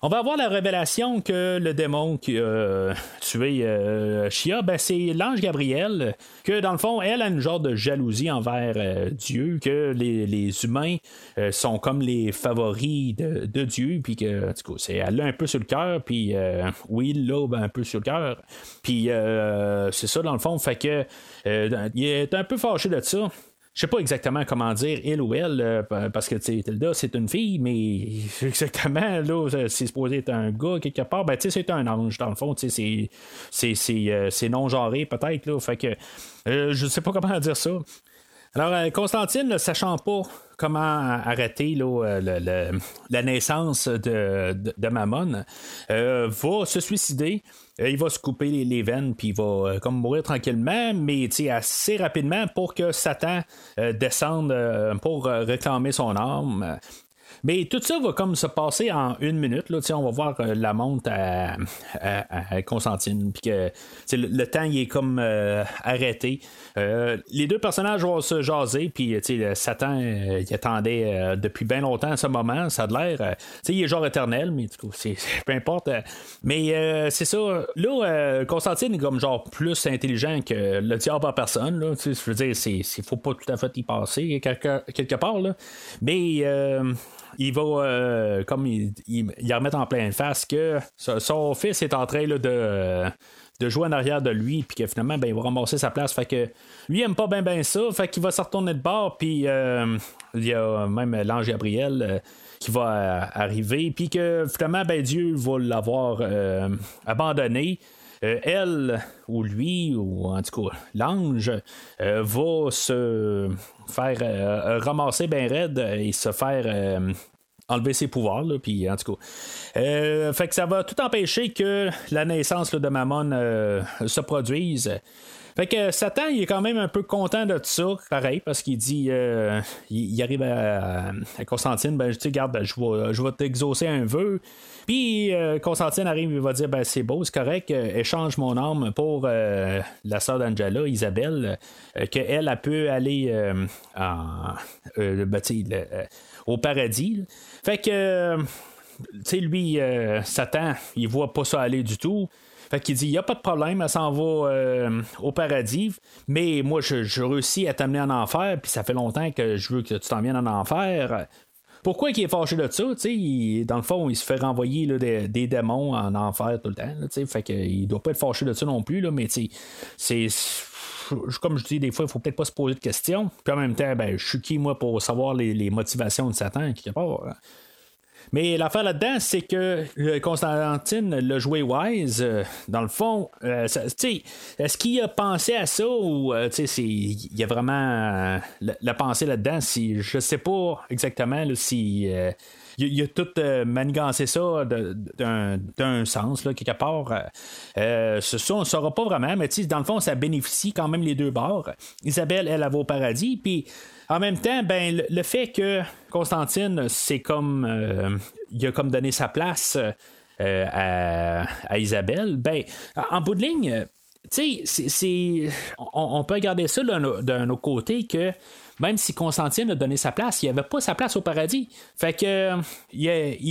On va avoir la révélation que le démon qui a euh, tué euh, Shia, ben, c'est l'ange Gabriel, que dans le fond, elle a une genre de jalousie envers euh, Dieu, que les, les humains euh, sont comme les favoris de, de Dieu, puis que, en tout cas, c'est, elle l'a un peu sur le cœur, puis euh, oui, il l'a ben, un peu sur le cœur, puis euh, c'est ça dans le fond, fait que euh, il est un peu fâché de ça. Je sais pas exactement comment dire il ou elle, euh, parce que Tilda c'est une fille, mais exactement là, c'est supposé être un gars quelque part, ben tu sais, c'est un ange dans le fond, tu sais, c'est, c'est, c'est, euh, c'est non-genré peut-être, là, fait que euh, je sais pas comment dire ça. Alors, euh, Constantine, ne sachant pas comment arrêter là, le, le, la naissance de, de, de Mammon, euh, va se suicider. Euh, il va se couper les, les veines, puis il va euh, comme mourir tranquillement, mais assez rapidement pour que Satan euh, descende euh, pour euh, réclamer son âme. Mais tout ça va comme se passer en une minute. Là, on va voir euh, la monte à, à, à Constantine. Puis que le, le temps il est comme euh, arrêté. Euh, les deux personnages vont se jaser. Puis Satan euh, il attendait euh, depuis bien longtemps ce moment. Ça a l'air. Euh, il est genre éternel, mais du coup, c'est, peu importe. Euh, mais euh, c'est ça. Là, euh, Constantine est comme genre plus intelligent que le diable en personne. Là, je veux dire, il ne faut pas tout à fait y passer quelque, quelque part. Là. Mais. Euh, Il va, euh, comme il, il, il remet en pleine face que son fils est en train là, de, de jouer en arrière de lui, puis que finalement, ben, il va ramasser sa place. Fait que lui, il aime pas bien ben ça, fait qu'il va se retourner de bord, puis euh, il y a même l'ange Gabriel euh, qui va euh, arriver, puis que finalement, ben, Dieu va l'avoir euh, abandonné. Euh, elle ou lui, ou en tout cas l'ange, euh, va se faire euh, ramasser bien raide et se faire euh, enlever ses pouvoirs, là, puis en tout cas. Euh, fait que ça va tout empêcher que la naissance là, de Mammon euh, se produise. Fait que Satan, il est quand même un peu content de tout ça, pareil, parce qu'il dit, euh, il, il arrive à, à Constantine, ben, tu sais, garde, je vais, je vais t'exaucer un vœu. Puis euh, Constantine arrive, il va dire, ben, c'est beau, c'est correct, euh, échange mon âme pour euh, la sœur d'Angela, Isabelle, euh, qu'elle a pu aller euh, en, euh, ben, tu sais, le, euh, au paradis. Fait que, euh, tu sais, lui, euh, Satan, il voit pas ça aller du tout. Fait qu'il dit, il n'y a pas de problème, elle s'en va euh, au paradis, mais moi, je, je réussis à t'amener en enfer, puis ça fait longtemps que je veux que tu t'en viennes en enfer. Pourquoi il est fâché de ça? Il, dans le fond, il se fait renvoyer là, des, des démons en enfer tout le temps. Là, fait qu'il doit pas être fâché de ça non plus, là, mais c'est... Comme je dis, des fois, il faut peut-être pas se poser de questions. Puis en même temps, ben, je suis qui, moi, pour savoir les, les motivations de Satan, quelque part. Mais l'affaire là-dedans, c'est que Constantine l'a joué wise. Euh, dans le fond, euh, ça, est-ce qu'il a pensé à ça ou euh, il y a vraiment euh, la, la pensée là-dedans? Si, je sais pas exactement là, si... Euh, Il, il a tout euh, manigancé ça de, d'un, d'un sens, là, quelque part. Euh, ça, on ne saura pas vraiment, mais dans le fond, ça bénéficie quand même les deux bords. Isabelle, elle, elle va au paradis, puis en même temps, ben, le, le fait que Constantine, c'est comme... Euh, il a comme donné sa place euh, à, à Isabelle, ben, en bout de ligne, tu sais, c'est, c'est, on, on peut regarder ça d'un, d'un autre côté que même si Constantine a donné sa place, il n'avait pas sa place au paradis. Fait que il,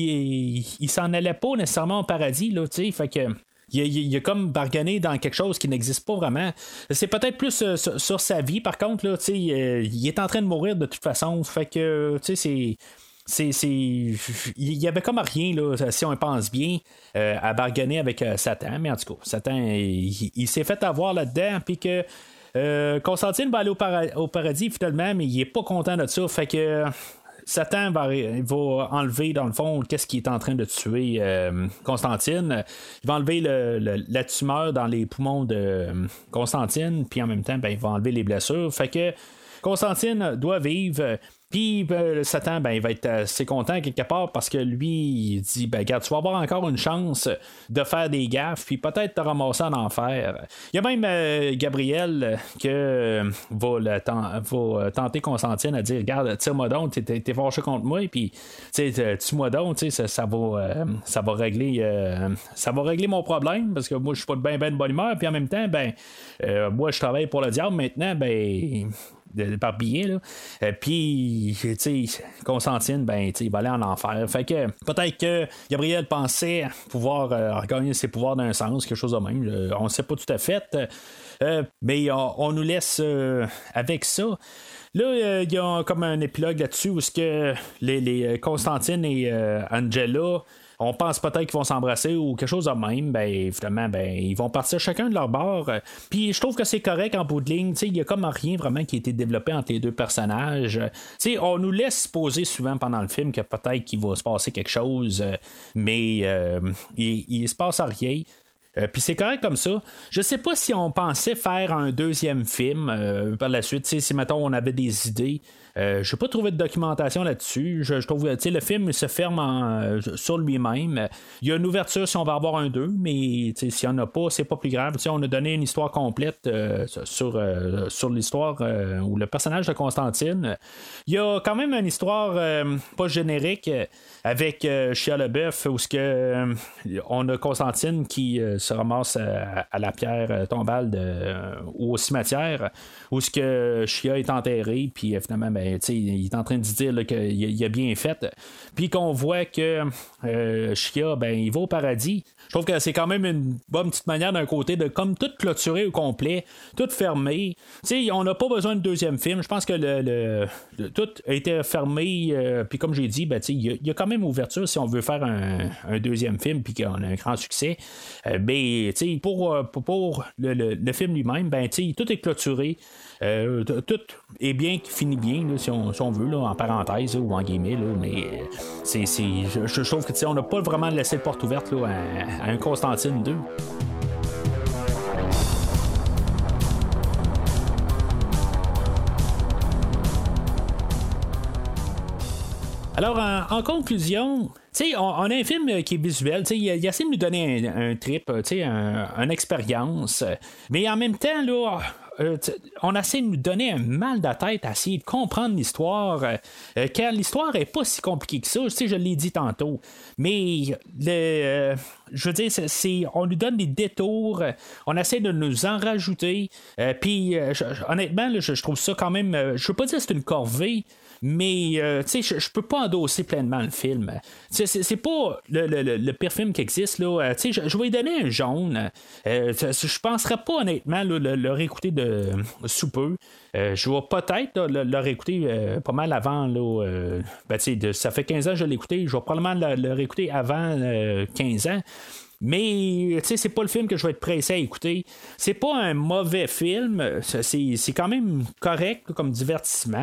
il, il s'en allait pas nécessairement au paradis, là, tu sais. Fait que il a, il a comme bargané dans quelque chose qui n'existe pas vraiment. C'est peut-être plus euh, sur, sur sa vie, par contre, là, tu sais, euh, il est en train de mourir de toute façon. Fait que, tu sais, c'est. C'est, c'est, il y avait comme rien, là, si on pense bien, euh, à bargainer avec euh, Satan. Mais en tout cas, Satan, il, il s'est fait avoir là-dedans, puis que euh, Constantine va aller au, para- au paradis finalement, mais il est pas content de ça. Fait que Satan va, va enlever, dans le fond, qu'est-ce qui est en train de tuer euh, Constantine. Il va enlever le, le, la tumeur dans les poumons de Constantine, puis en même temps, ben, il va enlever les blessures. Fait que Constantine doit vivre. Puis ben, Satan, ben, il va être assez content quelque part parce que lui, il dit, ben, regarde, tu vas avoir encore une chance de faire des gaffes, puis peut-être te ramasser en enfer. Il y a même euh, Gabriel qui euh, va, le ten- va tenter Constantine à dire, regarde, tire-moi donc, t'es, t'es fâché contre moi, puis tue-moi donc, ça, ça, va, euh, ça, va régler, euh, ça va régler mon problème parce que moi, je suis pas de ben, ben de bonne humeur, puis en même temps, ben, euh, moi, je travaille pour le diable maintenant, ben. de, par billet. Là. Euh, puis, tu sais, Constantine, ben, tu sais, il va aller en enfer. Fait que peut-être que Gabriel pensait pouvoir euh, regagner ses pouvoirs d'un sens, quelque chose de même. Euh, on ne sait pas tout à fait. Euh, mais on, on nous laisse euh, avec ça. Là, il euh, y a comme un épilogue là-dessus où ce que les, les Constantine et euh, Angela, on pense peut-être qu'ils vont s'embrasser ou quelque chose de même. Ben, évidemment, ben, ils vont partir chacun de leur bord. Puis je trouve que c'est correct en bout de ligne. Il n'y a comme rien vraiment qui a été développé entre les deux personnages. T'sais, on nous laisse poser souvent pendant le film que peut-être qu'il va se passer quelque chose, mais euh, il, il se passe rien. Euh, Puis c'est correct comme ça. Je sais pas si on pensait faire un deuxième film euh, par la suite, si mettons on avait des idées. Euh, je n'ai pas trouvé de documentation là-dessus. Je, je trouve que le film se ferme en, euh, sur lui-même. Il y a une ouverture si on va avoir un deux, mais s'il n'y en a pas, c'est pas plus grave. T'sais, on a donné une histoire complète euh, sur, euh, sur l'histoire euh, ou le personnage de Constantine. Il y a quand même une histoire euh, pas générique avec euh, Shia LaBeouf où ce que, euh, on a Constantine qui euh, se ramasse à, à la pierre tombale de, euh, ou au cimetière où ce que Shia est enterré, puis finalement ben, il est en train de dire là, qu'il a bien fait. Puis qu'on voit que euh, Shia, ben, il va au paradis. Je trouve que c'est quand même une bonne petite manière d'un côté de comme tout clôturer au complet, tout fermé. T'sais, on n'a pas besoin de deuxième film. Je pense que le, le, le tout a été fermé. Euh, puis comme j'ai dit, ben, il y, y a quand même ouverture si on veut faire un, un deuxième film puis qu'on a un grand succès. Euh, mais pour, pour, pour le, le, le film lui-même, ben, tout est clôturé. Euh, tout est bien qui finit bien là, si, on, si on veut là, en parenthèse là, ou en guillemets là, mais c'est, c'est, je, je trouve que on n'a pas vraiment laissé la porte ouverte là, à, à un Constantine deux. Alors, en, en conclusion, on, on a un film qui est visuel, il, il essaie de nous donner un, un trip, un, une expérience, mais en même temps, là, euh, on essaie de nous donner un mal de tête à essayer de comprendre l'histoire, euh, car l'histoire est pas si compliquée que ça, je l'ai dit tantôt, mais le, euh, je veux dire, c'est, c'est, on nous donne des détours, on essaie de nous en rajouter, euh, puis euh, honnêtement, là, je, je trouve ça quand même, euh, je veux pas dire que c'est une corvée, mais euh, tu sais, je, je peux pas endosser pleinement le film. C'est, c'est, c'est pas le, le, le, le pire film qui existe là. Euh, tu sais, je, je vais lui donner un jaune. Euh, je penserais pas honnêtement là, le, le réécouter de sous peu. Euh, je vais peut-être là, le, le réécouter euh, pas mal avant là. Euh, ben, tu sais, de, ça fait quinze ans que je l'ai écouté. Je vais probablement le, le réécouter avant euh, quinze ans. Mais, tu sais, c'est pas le film que je vais être pressé à écouter. C'est pas un mauvais film. C'est, c'est quand même correct là, comme divertissement.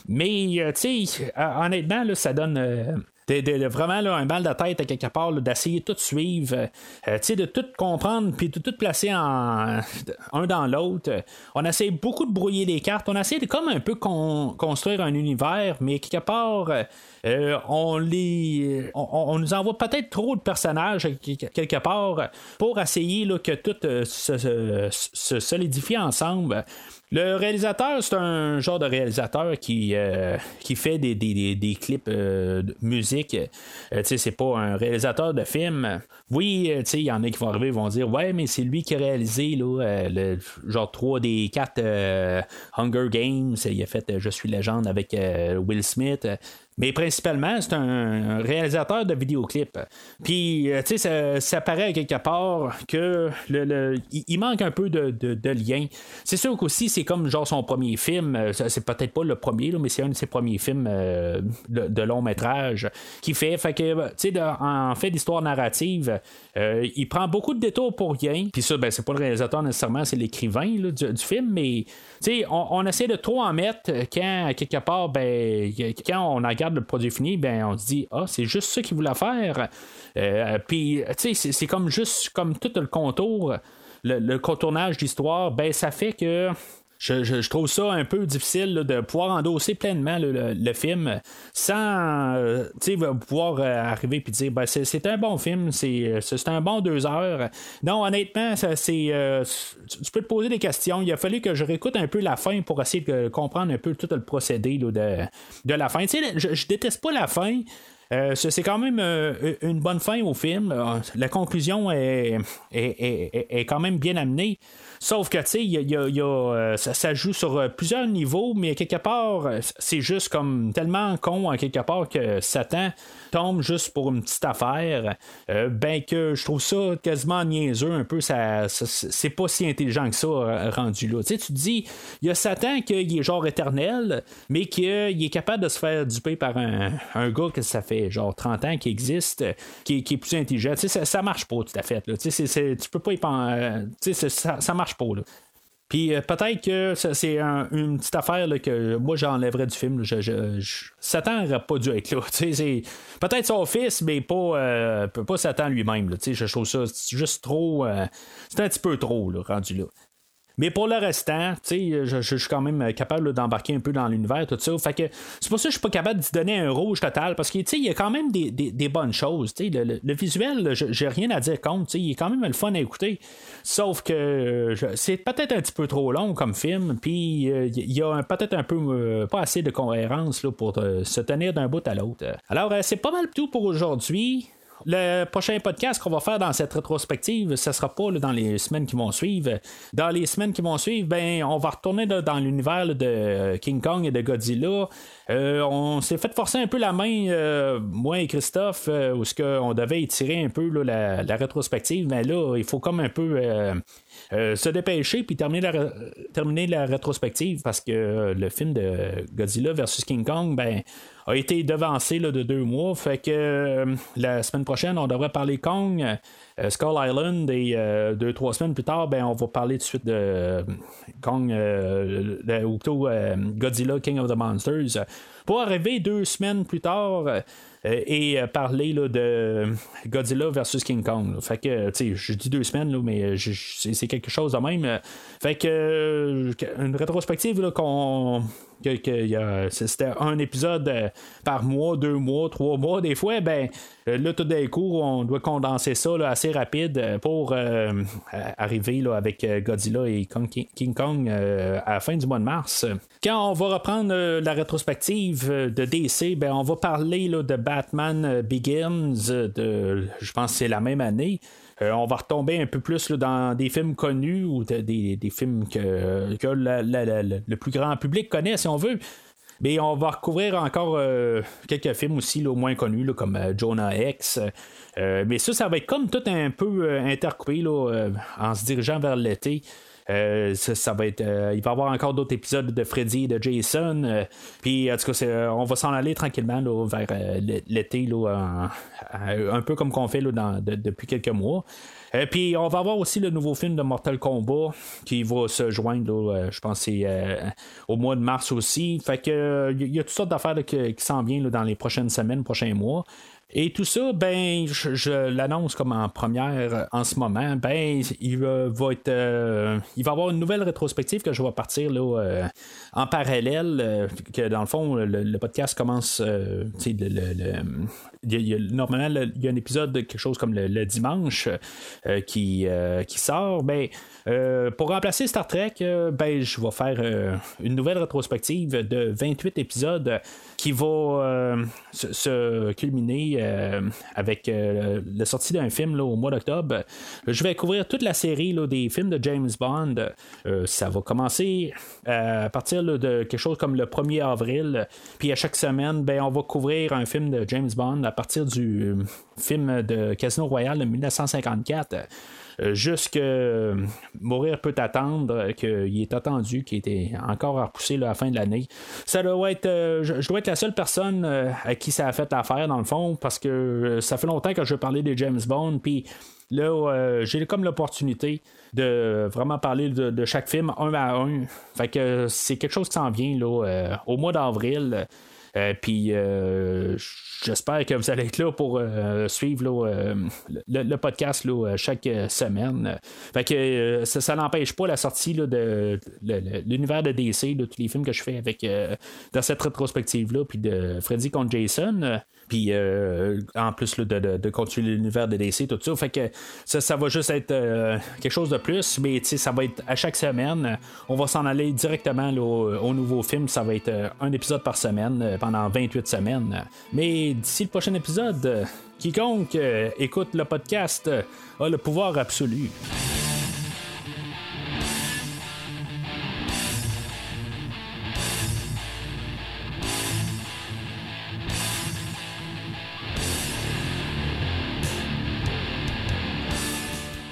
Mais, tu sais, honnêtement, là, ça donne... Euh, De, de, de vraiment là, un mal de tête à quelque part, là, d'essayer de tout suivre, euh, de tout comprendre, puis de tout placer en, un dans l'autre. On essaie beaucoup de brouiller les cartes. On essaie de comme un peu con, construire un univers, mais quelque part, euh, on les, on, on nous envoie peut-être trop de personnages quelque part pour essayer là, que tout euh, se, se, se solidifie ensemble. Le réalisateur, c'est un genre de réalisateur qui, euh, qui fait des, des, des, des clips euh, de musique. Euh, tu sais, c'est pas un réalisateur de film. Oui, tu sais, il y en a qui vont arriver et vont dire ouais, mais c'est lui qui a réalisé là, euh, le genre trois des quatre euh, Hunger Games. Il a fait euh, Je suis légende avec euh, Will Smith. Mais principalement, c'est un réalisateur de vidéoclips. Puis, tu sais, ça, ça paraît quelque part que le, le, il manque un peu de, de, de lien. C'est sûr qu'aussi, c'est comme genre son premier film. C'est peut-être pas le premier, là, mais c'est un de ses premiers films euh, de, de long métrage qu'il fait. Fait que, tu sais, en fait d'histoire narrative, euh, il prend beaucoup de détours pour rien. Puis ça, ben, c'est pas le réalisateur nécessairement, c'est l'écrivain là, du, du film. Mais, tu sais, on, on essaie de trop en mettre quand, quelque part, ben, quand on regarde le produit fini, ben on se dit ah, c'est juste ça qu'il voulait faire. Euh, puis tu sais, c'est, c'est comme juste comme tout le contour, le, le contournage d'histoire, ben ça fait que Je, je, je trouve ça un peu difficile là, de pouvoir endosser pleinement le, le, le film sans euh, pouvoir euh, arriver et dire ben, c'est, c'est un bon film, c'est, c'est un bon deux heures. Non, honnêtement, ça, c'est, euh, tu peux te poser des questions. Il a fallu que je réécoute un peu la fin pour essayer de comprendre un peu tout le procédé là, de, de la fin. Je, je déteste pas la fin. Euh, c'est quand même euh, une bonne fin au film. La conclusion est, est, est, est quand même bien amenée. Sauf que, tu sais, y a, y a, y a, euh, ça, ça joue sur euh, plusieurs niveaux, mais quelque part, euh, c'est juste comme tellement con, en quelque part, que Satan tombe juste pour une petite affaire. Euh, ben que je trouve ça quasiment niaiseux un peu. Ça, ça c'est pas si intelligent que ça, rendu là. Tu sais, tu te dis, il y a Satan qui est genre éternel, mais qu'il est capable de se faire duper par un, un gars que ça fait genre trente ans qui existe, qui, qui est plus intelligent. Tu sais, ça, ça marche pas tout à fait. Là. Tu sais, c'est, c'est, tu peux pas y penser. Tu sais, ça, ça marche pas. Là. Puis euh, peut-être que ça, c'est un, une petite affaire là, que moi j'enlèverais du film. Là. Je, je, je... Satan n'aurait pas dû être là. C'est... Peut-être son fils, mais pas, euh, pas Satan lui-même. Là. Je trouve ça juste trop. Euh... C'est un petit peu trop là, rendu là. Mais pour le restant, je, je, je suis quand même capable là, d'embarquer un peu dans l'univers, tout ça. Fait que c'est pour ça que je suis pas capable d'y donner un rouge total, parce qu'il y a quand même des, des, des bonnes choses. Le, le, le visuel, je, j'ai rien à dire contre. Il est quand même le fun à écouter. Sauf que je, c'est peut-être un petit peu trop long comme film, puis il euh, y a un, peut-être un peu euh, pas assez de cohérence là, pour euh, se tenir d'un bout à l'autre. Alors, euh, c'est pas mal tout pour aujourd'hui. Le prochain podcast qu'on va faire dans cette rétrospective, ça sera pas là, dans les semaines qui vont suivre. Dans les semaines qui vont suivre, ben on va retourner là, dans l'univers là, de King Kong et de Godzilla. Euh, on s'est fait forcer un peu la main, euh, moi et Christophe, euh, où ce qu'on devait étirer un peu là, la, la rétrospective, mais là, il faut comme un peu euh, euh, se dépêcher puis terminer la, terminer la rétrospective, parce que euh, le film de Godzilla versus King Kong, ben a été devancé là, de deux mois. Fait que euh, la semaine prochaine, on devrait parler Kong, euh, Skull Island, et euh, deux, trois semaines plus tard, ben, on va parler tout de suite de euh, Kong, euh, de, ou plutôt euh, Godzilla, King of the Monsters. Pour arriver deux semaines plus tard euh, et euh, parler là, de Godzilla versus King Kong. Là. Fait que, tu sais, je dis deux semaines, là, mais je, c'est, c'est quelque chose de même. Fait que, euh, une rétrospective là, qu'on. Que, que, y a, c'était un épisode par mois, deux mois, trois mois, des fois, ben là, tout d'un coup, on doit condenser ça là, assez rapide pour euh, arriver là, avec Godzilla et Kong, King Kong euh, à la fin du mois de mars. Quand on va reprendre euh, la rétrospective de D C, ben on va parler là, de Batman Begins, de, je pense que c'est la même année. Euh, on va retomber un peu plus là, dans des films connus ou de, des, des films que, que la, la, la, le plus grand public connaît, si on veut. Mais on va recouvrir encore euh, quelques films aussi là, moins connus, là, comme euh, Jonah Hex. Euh, mais ça, ça va être comme tout un peu euh, intercoupé là, euh, en se dirigeant vers l'été. Euh, ça, ça va être, euh, il va y avoir encore d'autres épisodes de Freddy et de Jason. Euh, puis en tout cas, c'est, euh, on va s'en aller tranquillement là, vers euh, l'été, là, en, un peu comme qu'on fait là, dans, de, depuis quelques mois. Euh, puis on va avoir aussi le nouveau film de Mortal Kombat qui va se joindre, là, euh, je pense que c'est euh, au mois de mars aussi. Fait que il euh, y a toutes sortes d'affaires là, qui, qui s'en viennent là, dans les prochaines semaines, prochains mois. Et tout ça, ben, je, je l'annonce comme en première en ce moment. Ben, il euh, va être, euh, il va y avoir une nouvelle rétrospective que je vais partir là euh, en parallèle. Euh, que dans le fond, le, le podcast commence, euh, tu sais, le, le, le, il y a, normalement, le, il y a un épisode de quelque chose comme le, le dimanche euh, qui euh, qui sort. Ben, euh, pour remplacer Star Trek, euh, ben, je vais faire euh, une nouvelle rétrospective de vingt-huit épisodes qui va euh, se, se culminer euh, avec euh, la sortie d'un film là, au mois d'octobre. Je vais couvrir toute la série là, des films de James Bond. Euh, ça va commencer à partir là, de quelque chose comme le premier avril. Puis à chaque semaine, ben, on va couvrir un film de James Bond à partir du film de Casino Royale de dix-neuf cent cinquante-quatre. Jusque Mourir peut attendre, qu'il est attendu, qui était encore repoussé là, à la fin de l'année. Ça doit être, euh, je, je dois être la seule personne euh, à qui ça a fait affaire dans le fond, parce que euh, ça fait longtemps que je veux parler des James Bond, puis là euh, j'ai comme l'opportunité de vraiment parler de, de chaque film un à un. Fait que c'est quelque chose qui s'en vient là, euh, au mois d'avril. Euh, puis euh, j'espère que vous allez être là pour euh, suivre là, euh, le, le podcast là, chaque semaine. Fait que euh, ça, ça n'empêche pas la sortie là, de, de, de l'univers de D C, de tous les films que je fais avec euh, dans cette rétrospective-là, puis de Freddy contre Jason. Puis euh, en plus là, de, de, de continuer l'univers de D C, tout ça. Fait que ça, ça va juste être euh, quelque chose de plus, mais ça va être à chaque semaine. On va s'en aller directement là, au, au nouveau film. Ça va être euh, un épisode par semaine euh, pendant vingt-huit semaines. Mais d'ici le prochain épisode, euh, quiconque euh, écoute le podcast euh, a le pouvoir absolu.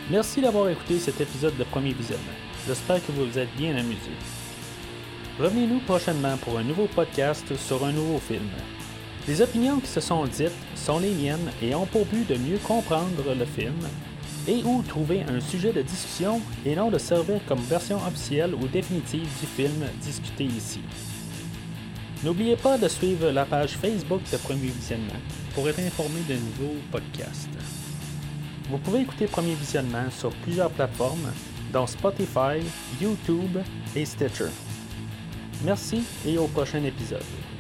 Merci d'avoir écouté cet épisode de Premier Visionnement. J'espère que vous vous êtes bien amusés. Revenez-nous prochainement pour un nouveau podcast sur un nouveau film. Les opinions qui se sont dites sont les miennes et ont pour but de mieux comprendre le film et ou trouver un sujet de discussion et non de servir comme version officielle ou définitive du film discuté ici. N'oubliez pas de suivre la page Facebook de Premier Visionnement pour être informé de nouveaux podcasts. Vous pouvez écouter Premier Visionnement sur plusieurs plateformes, dont Spotify, YouTube et Stitcher. Merci et au prochain épisode.